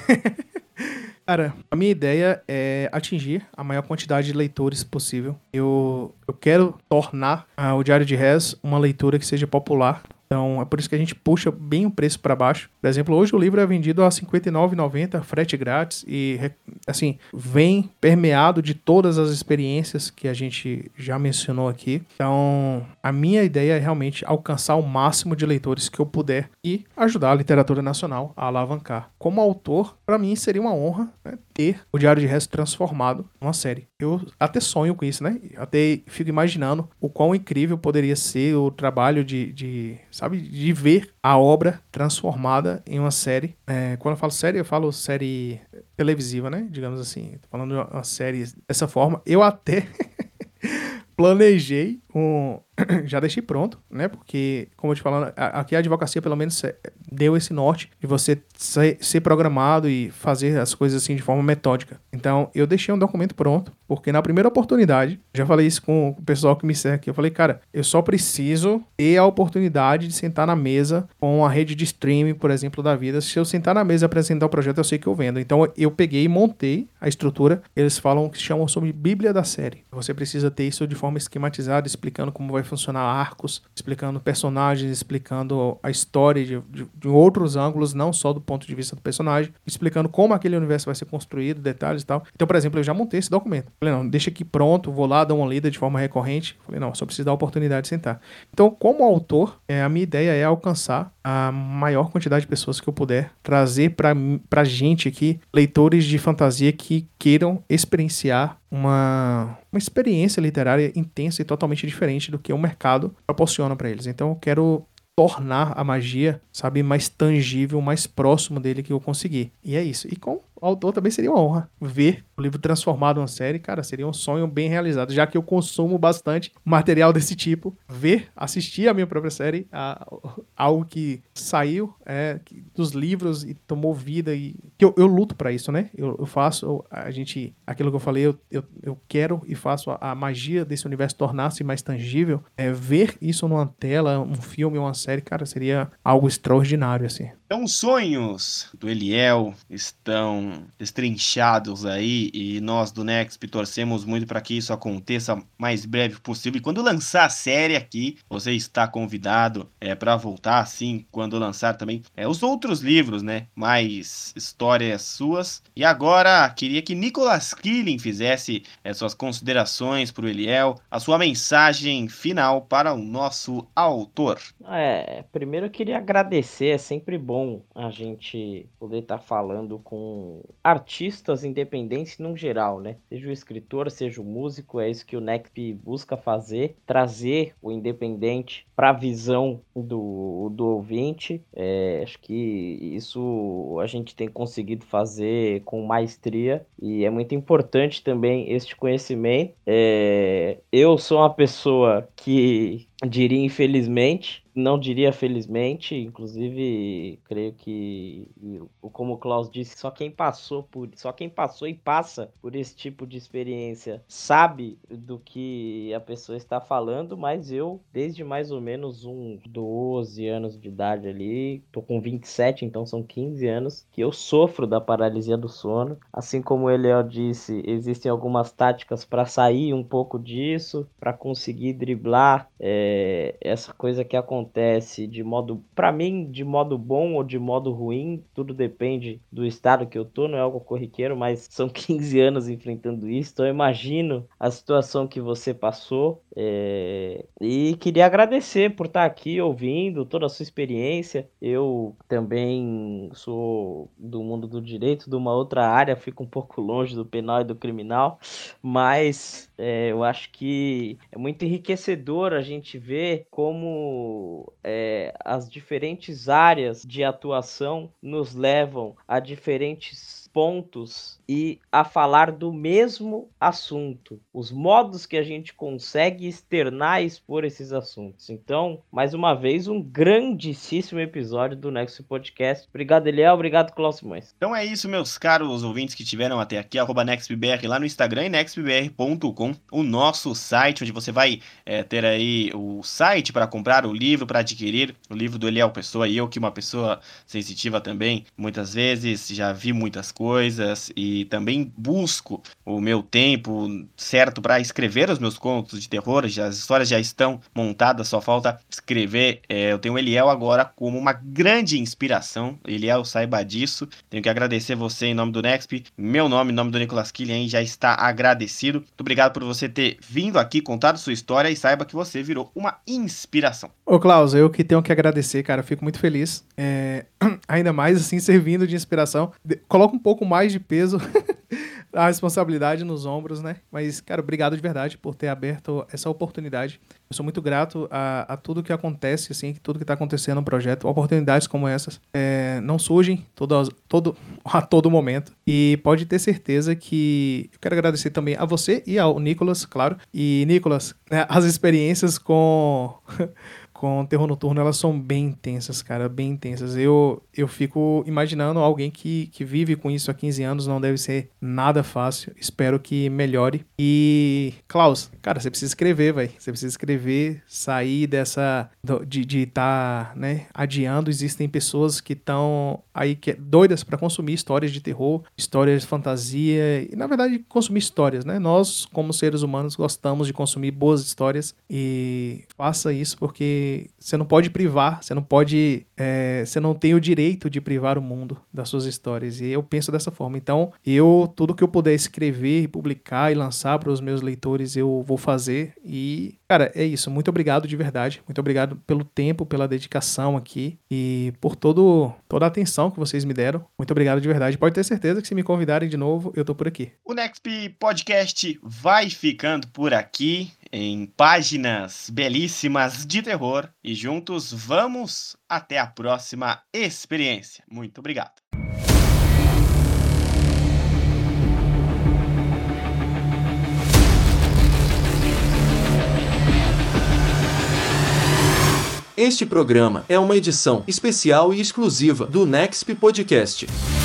cara, a minha ideia é atingir a maior quantidade de leitores possível. Eu quero tornar o Diário de Res uma leitura que seja popular. Então, é por isso que a gente puxa bem o preço para baixo. Por exemplo, hoje o livro é vendido a R$ 59,90, frete grátis, e, assim, vem permeado de todas as experiências que a gente já mencionou aqui. Então, a minha ideia é realmente alcançar o máximo de leitores que eu puder e ajudar a literatura nacional a alavancar. Como autor, para mim seria uma honra, né, ter o Diário de Res transformado numa série. Eu até sonho com isso, né? Até fico imaginando o quão incrível poderia ser o trabalho de ver a obra transformada em uma série. Quando eu falo série televisiva, né? Digamos assim. Tô falando de uma série dessa forma. Eu até planejei já deixei pronto, né? Porque, como eu te falando, aqui a advocacia pelo menos deu esse norte de você ser programado e fazer as coisas assim de forma metódica. Então, eu deixei um documento pronto, porque na primeira oportunidade, já falei isso com o pessoal que me segue aqui, eu falei, cara, eu só preciso ter a oportunidade de sentar na mesa com a rede de streaming, por exemplo, da vida. Se eu sentar na mesa e apresentar o projeto, eu sei que eu vendo. Então, eu peguei e montei a estrutura. Eles falam que chamam sobre Bíblia da série. Você precisa ter isso de forma esquematizada, explicando como vai funcionar arcos, explicando personagens, explicando a história de outros ângulos, não só do ponto de vista do personagem, explicando como aquele universo vai ser construído, detalhes e tal. Então, por exemplo, eu já montei esse documento. Falei, não, deixa aqui pronto, vou lá dar uma lida de forma recorrente. Falei, não, só preciso dar a oportunidade de sentar. Então, como autor, a minha ideia é alcançar a maior quantidade de pessoas que eu puder, trazer pra gente aqui leitores de fantasia que queiram experienciar uma experiência literária intensa e totalmente diferente do que o mercado proporciona para eles. Então eu quero tornar a magia, sabe, mais tangível, mais próximo dele que eu conseguir. E é isso. E com o autor também seria uma honra ver o livro transformado em uma série. Cara, seria um sonho bem realizado, já que eu consumo bastante material desse tipo. Assistir a minha própria série, algo que saiu dos livros e tomou vida. E que eu luto pra isso, né? Eu faço, aquilo que eu falei, eu quero e faço a magia desse universo tornar-se mais tangível. Ver isso numa tela, um filme, uma série, cara, seria algo extraordinário, assim. Então, os sonhos do Eliel estão destrinchados aí e nós do Nexp torcemos muito para que isso aconteça o mais breve possível. E quando lançar a série aqui, você está convidado para voltar, assim, quando lançar também os outros livros, né? Mais histórias suas. E agora, queria que Nicolas Killing fizesse suas considerações para o Eliel, a sua mensagem final para o nosso autor. Primeiro eu queria agradecer, é sempre bom a gente poder estar falando com artistas independentes no geral, né? Seja o escritor, seja o músico, é isso que o NECP busca fazer, trazer o independente para a visão do ouvinte. Acho que isso a gente tem conseguido fazer com maestria e é muito importante também este conhecimento. Eu sou uma pessoa que Diria infelizmente, não diria felizmente, inclusive creio que, como o Klaus disse, só quem passou e passa por esse tipo de experiência sabe do que a pessoa está falando, mas eu, desde mais ou menos uns 12 anos de idade ali, tô com 27, então são 15 anos, que eu sofro da paralisia do sono. Assim como o Eliel disse, existem algumas táticas para sair um pouco disso, para conseguir driblar essa coisa que acontece de modo, para mim, de modo bom ou de modo ruim, tudo depende do estado que eu tô, não é algo corriqueiro, mas são 15 anos enfrentando isso, então eu imagino a situação que você passou, e queria agradecer por estar aqui ouvindo toda a sua experiência. Eu também sou do mundo do direito, de uma outra área, fico um pouco longe do penal e do criminal, mas eu acho que é muito enriquecedor a gente ver como as diferentes áreas de atuação nos levam a diferentes pontos e a falar do mesmo assunto, os modos que a gente consegue externar e expor esses assuntos. Então, mais uma vez, um grandíssimo episódio do Nexus Podcast. Obrigado, Eliel. Obrigado, Klaus Simões. Então é isso, meus caros ouvintes que tiveram até aqui, @NextBR lá no Instagram e nextbr.com, o nosso site, onde você vai ter aí o site para comprar o livro, para adquirir o livro do Eliel Pessoa. E eu, que uma pessoa sensitiva também, muitas vezes já vi muitas coisas e também busco o meu tempo certo para escrever os meus contos de terror. As histórias já estão montadas, só falta escrever. Eu tenho o Eliel agora como uma grande inspiração. Eliel, saiba disso. Tenho que agradecer você em nome do Nexp. Meu nome, em nome do Nicolas Killian, já está agradecido. Muito obrigado por você ter vindo aqui, contado sua história, e saiba que você virou uma inspiração. Ô, Klaus, eu que tenho que agradecer, cara. Eu fico muito feliz. Ainda mais, assim, servindo de inspiração. Coloca um pouco mais de peso a responsabilidade nos ombros, né? Mas, cara, obrigado de verdade por ter aberto essa oportunidade. Eu sou muito grato a tudo que acontece, assim, tudo que está acontecendo no projeto. Oportunidades como essas não surgem a todo momento. E pode ter certeza que eu quero agradecer também a você e ao Nicolas, claro. E, Nicolas, as experiências com Terror Noturno, elas são bem intensas, cara, bem intensas. Eu fico imaginando alguém que vive com isso há 15 anos, não deve ser nada fácil. Espero que melhore. E, Klaus, cara, você precisa escrever, velho. Você precisa escrever, sair dessa... de estar, né, adiando. Existem pessoas que estão aí doidas pra consumir histórias de terror, histórias de fantasia, e, na verdade, consumir histórias, né? Nós, como seres humanos, gostamos de consumir boas histórias, e faça isso porque você não pode privar, você não tem o direito de privar o mundo das suas histórias, e eu penso dessa forma. Então, tudo que eu puder escrever e publicar e lançar para os meus leitores, eu vou fazer. E, cara, é isso. Muito obrigado de verdade. Muito obrigado pelo tempo, pela dedicação aqui e por toda a atenção que vocês me deram. Muito obrigado de verdade. Pode ter certeza que se me convidarem de novo, eu tô por aqui. O Nexp Podcast vai ficando por aqui, em páginas belíssimas de terror, e juntos vamos até a próxima experiência. Muito obrigado. Este programa é uma edição especial e exclusiva do Nexp Podcast.